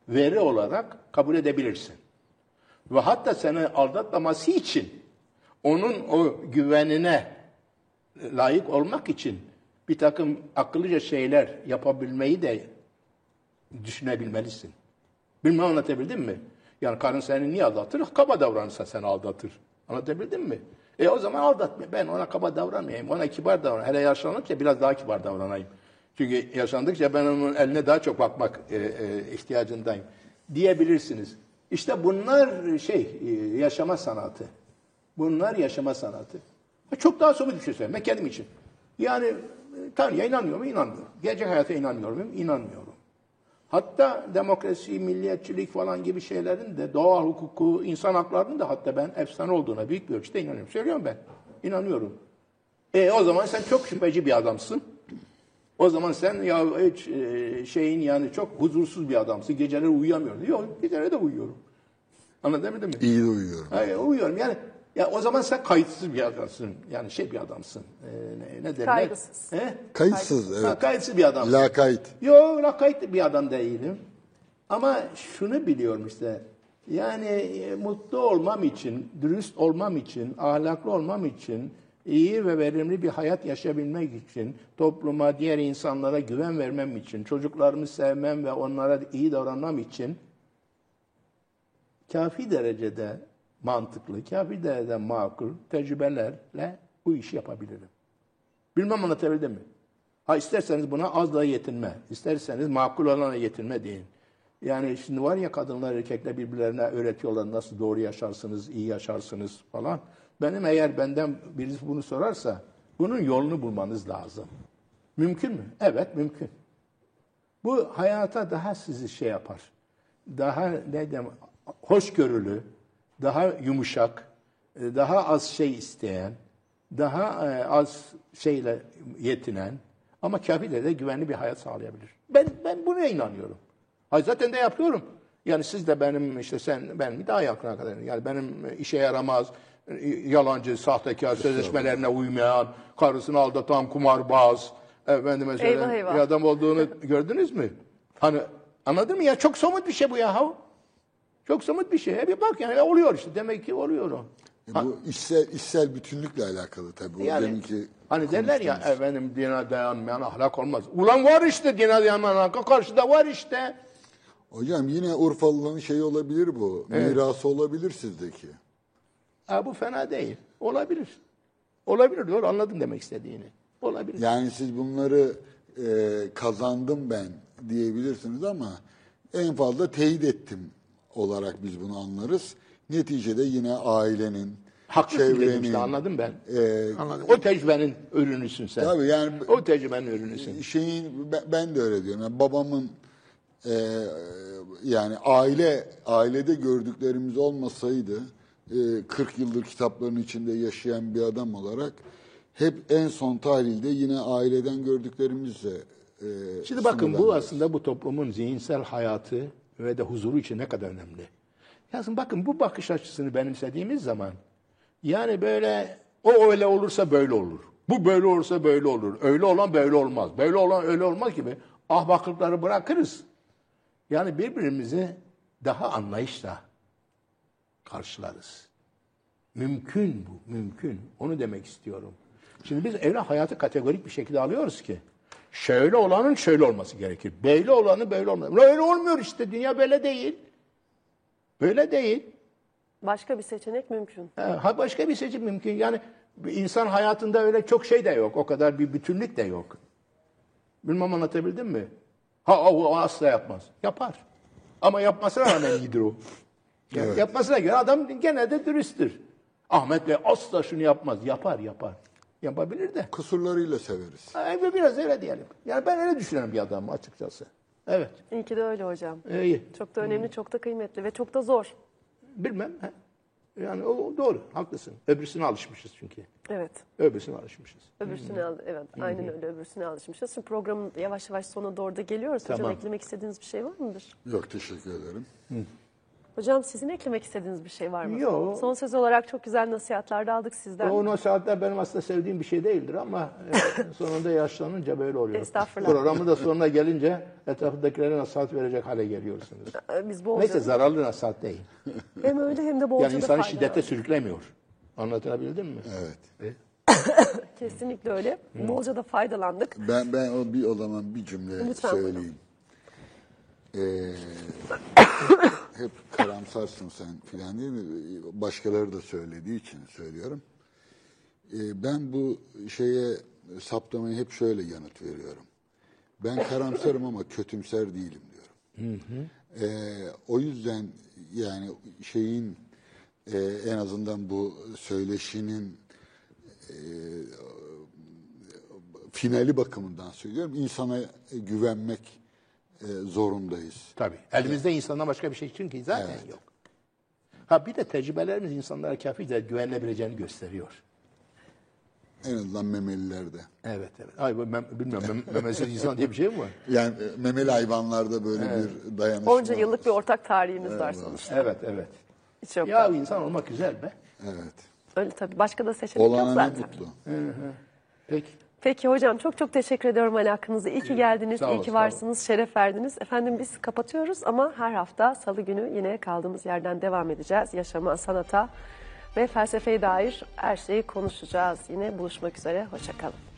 veri olarak kabul edebilirsin. Ve hatta seni aldatmaması için onun o güvenine layık olmak için bir takım akıllıca şeyler yapabilmeyi de düşünebilmelisin. Bilmem anlatabildim mi? Yani karın seni niye aldatır? Kaba davranırsa seni aldatır. Anlatabildim mi? E o zaman aldatma. Ben ona kaba davranmayayım. Ona kibar davranayım. Hele yaşlandıkça biraz daha kibar davranayım. Çünkü yaşlandıkça ben onun eline daha çok bakmak e, e, ihtiyacındayım. Diyebilirsiniz. İşte bunlar şey e, yaşama sanatı. Bunlar yaşama sanatı. Çok daha somut bir şey söyleyeyim. Ben kendim için. Yani e, Tanrı'ya inanmıyor muyum? İnanmıyorum. Gerçek hayata inanmıyor muyum? İnanmıyorum. Hatta demokrasi, milliyetçilik falan gibi şeylerin de doğa hukuku, insan haklarının da hatta ben efsane olduğuna büyük bir ölçüde inanıyorum. Söylüyorum ben. İnanıyorum. E o zaman sen çok şüpheci bir adamsın. O zaman sen ya hiç e, şeyin yani çok huzursuz bir adamsın. Geceleri uyuyamıyorsun. Yok, geceleri de uyuyorum. Anlatabildim mi? İyi de uyuyorum. Hayır, uyuyorum. Yani ya o zaman sen kayıtsız bir adamsın. Yani şey bir adamsın. E, ne, ne derler? Kaygısız. He? Kayıtsız, Ha, evet. kayıtsız bir adamsın. Lakayt. Yok, lakayt bir adam değilim. Ama şunu biliyorum işte. Yani e, mutlu olmam için, dürüst olmam için, ahlaklı olmam için, iyi ve verimli bir hayat yaşayabilmek için, topluma, diğer insanlara güven vermem için, çocuklarımı sevmem ve onlara iyi davranmam için kafi derecede mantıklı, kafi derecede makul tecrübelerle bu işi yapabilirim. Bilmem anlatabildim mi? Ha isterseniz buna azla yetinme, isterseniz makul olana yetinme deyin. Yani şimdi var ya kadınlar erkekler birbirlerine öğretiyorlar nasıl doğru yaşarsınız, iyi yaşarsınız falan. Benim eğer benden birisi bunu sorarsa bunun yolunu bulmanız lazım. Mümkün mü? Evet mümkün. Bu hayata daha sizi şey yapar. Daha ne diyeyim, hoşgörülü, daha yumuşak, daha az şey isteyen, daha az şeyle yetinen ama kafi de güvenli bir hayat sağlayabilir. Ben ben buna inanıyorum. Hayır, zaten de yapıyorum. Yani siz de benim işte sen ben bir daha yakın kadar. Yani benim işe yaramaz, yalancı, sahtekar, sözleşmelerine uymayan, karısını aldatan kumarbaz, efendime söyleyeyim, Eyvah, eyvah. bir adam olduğunu gördünüz mü? Hani anladın mı ya? Çok somut bir şey bu ya. Çok somut bir şey. E bir bak yani oluyor işte. Demek ki oluyor o. E bu içsel, içsel bütünlükle alakalı tabii. O Yani deminki hani derler ya konuştuğumuz. efendim dine dayanmayan ahlak olmaz. Ulan var işte dine dayanmayan ahlak. Karşıda var işte. Hocam yine Urfalıların şeyi olabilir bu. Mirası olabilir sizdeki. Ha, bu fena değil. Olabilir. Olabilir doğru anladım demek istediğini. Olabilir. Yani siz bunları e, kazandım ben diyebilirsiniz ama en fazla teyit ettim olarak biz bunu anlarız. Neticede yine ailenin, Haklısın dedim çevrenin, işte anladım ben. e, Anladım. O tecrübenin ürünüsün sen. Tabii yani O tecrübenin ürünüsün. şeyin ben- ben de öyle diyorum. Yani babamın e, yani aile ailede gördüklerimiz olmasaydı e, kırk yıldır kitapların içinde yaşayan bir adam olarak hep en son tahlilde yine aileden gördüklerimizle e, Şimdi bakın bu sınırlanıyoruz. aslında bu toplumun zihinsel hayatı ve de huzuru için ne kadar önemli. Yazın bakın bu bakış açısını benimsediğimiz zaman yani böyle o öyle olursa böyle olur. Bu böyle olursa böyle olur. Öyle olan böyle olmaz. Böyle olan öyle olmaz gibi ahmaklıkları bırakırız. Yani birbirimizi daha anlayışla karşılarız. Mümkün bu, mümkün. Onu demek istiyorum. Şimdi biz evlat hayatı kategorik bir şekilde alıyoruz ki şöyle olanın şöyle olması gerekir. Böyle olanın böyle olması. Öyle olmuyor işte. Dünya böyle değil. Böyle değil. Başka bir seçenek mümkün. Ha, başka bir seçim mümkün. Yani insan hayatında öyle çok şey de yok. O kadar bir bütünlük de yok. Bilmem anlatabildim mi? Ha o, o asla yapmaz. Yapar. Ama yapmasına rağmen iyidir o. Yani Evet. yapmasına göre adam gene de dürüsttür. Ahmet Bey asla şunu yapmaz. Yapar yapar. Yapabilir de. Kusurlarıyla severiz. Ha, biraz öyle diyelim. Yani ben öyle düşünüyorum bir adamım açıkçası. Evet. İyi ki de öyle hocam. İyi. Çok da önemli, çok da kıymetli ve çok da zor. Bilmem. he. Yani o doğru. Haklısın. Öbürsüne alışmışız çünkü. Evet. Öbürsüne alışmışız. Öbürsüne al, evet, aynen öyle öbürsüne alışmışız. Şimdi programın yavaş yavaş sonuna doğru da geliyoruz. Hocam Tamam. eklemek istediğiniz bir şey var mıdır? Yok teşekkür ederim. Hocam sizin eklemek istediğiniz bir şey var mı? Yok. Son söz olarak çok güzel nasihatler de aldık sizden. O nasihatler benim aslında sevdiğim bir şey değildir ama e, sonunda yaşlanınca böyle oluyor. Estağfurullah. Programın da sonuna gelince etrafındakilere nasihat verecek hale geliyorsunuz. Ee, Biz bolca, Neyse zararlı nasihat değil. hem öyle hem de bolca Yani da insanı fayda şiddete var. sürüklemiyor. Anlatabildim mi? Evet. Kesinlikle öyle. Bolca da faydalandık. Ben ben o bir o zaman bir cümle Lütfen söyleyeyim. Ee, hep karamsarsın sen filan değil mi? Başkaları da söylediği için söylüyorum. Ee, ben bu şeye saptamaya hep şöyle yanıt veriyorum. Ben karamsarım ama kötümser değilim diyorum. Ee, o yüzden yani şeyin e, en azından bu söyleşinin e, finali bakımından söylüyorum. İnsana güvenmek e, zorundayız. Tabii. Elimizde insandan başka bir şey çünkü zaten Evet. yok. Ha bir de tecrübelerimiz insanlara kafi de güvenilebileceğini gösteriyor. En azından memelilerde. Evet evet. Ay bu mem, bilmiyorum mem, memesiz insan diye bir şey mi var? Yani e, memeli hayvanlarda böyle bir dayanışma. Onca yıllık bir ortak tarihimiz var sonuçta. Evet evet. Hiç yok. Ya insan olmak güzel be. Evet. Öyle tabii. Başka da seçenek yok Olana ne zaten. mutlu. Peki. Peki hocam çok çok teşekkür ediyorum alakınızı. İyi ki geldiniz, Sağ iyi olun, ki sağ olun. varsınız, şeref verdiniz. Efendim biz kapatıyoruz ama her hafta salı günü yine kaldığımız yerden devam edeceğiz. Yaşama, sanata ve felsefeye dair her şeyi konuşacağız. Yine buluşmak üzere, hoşça kalın.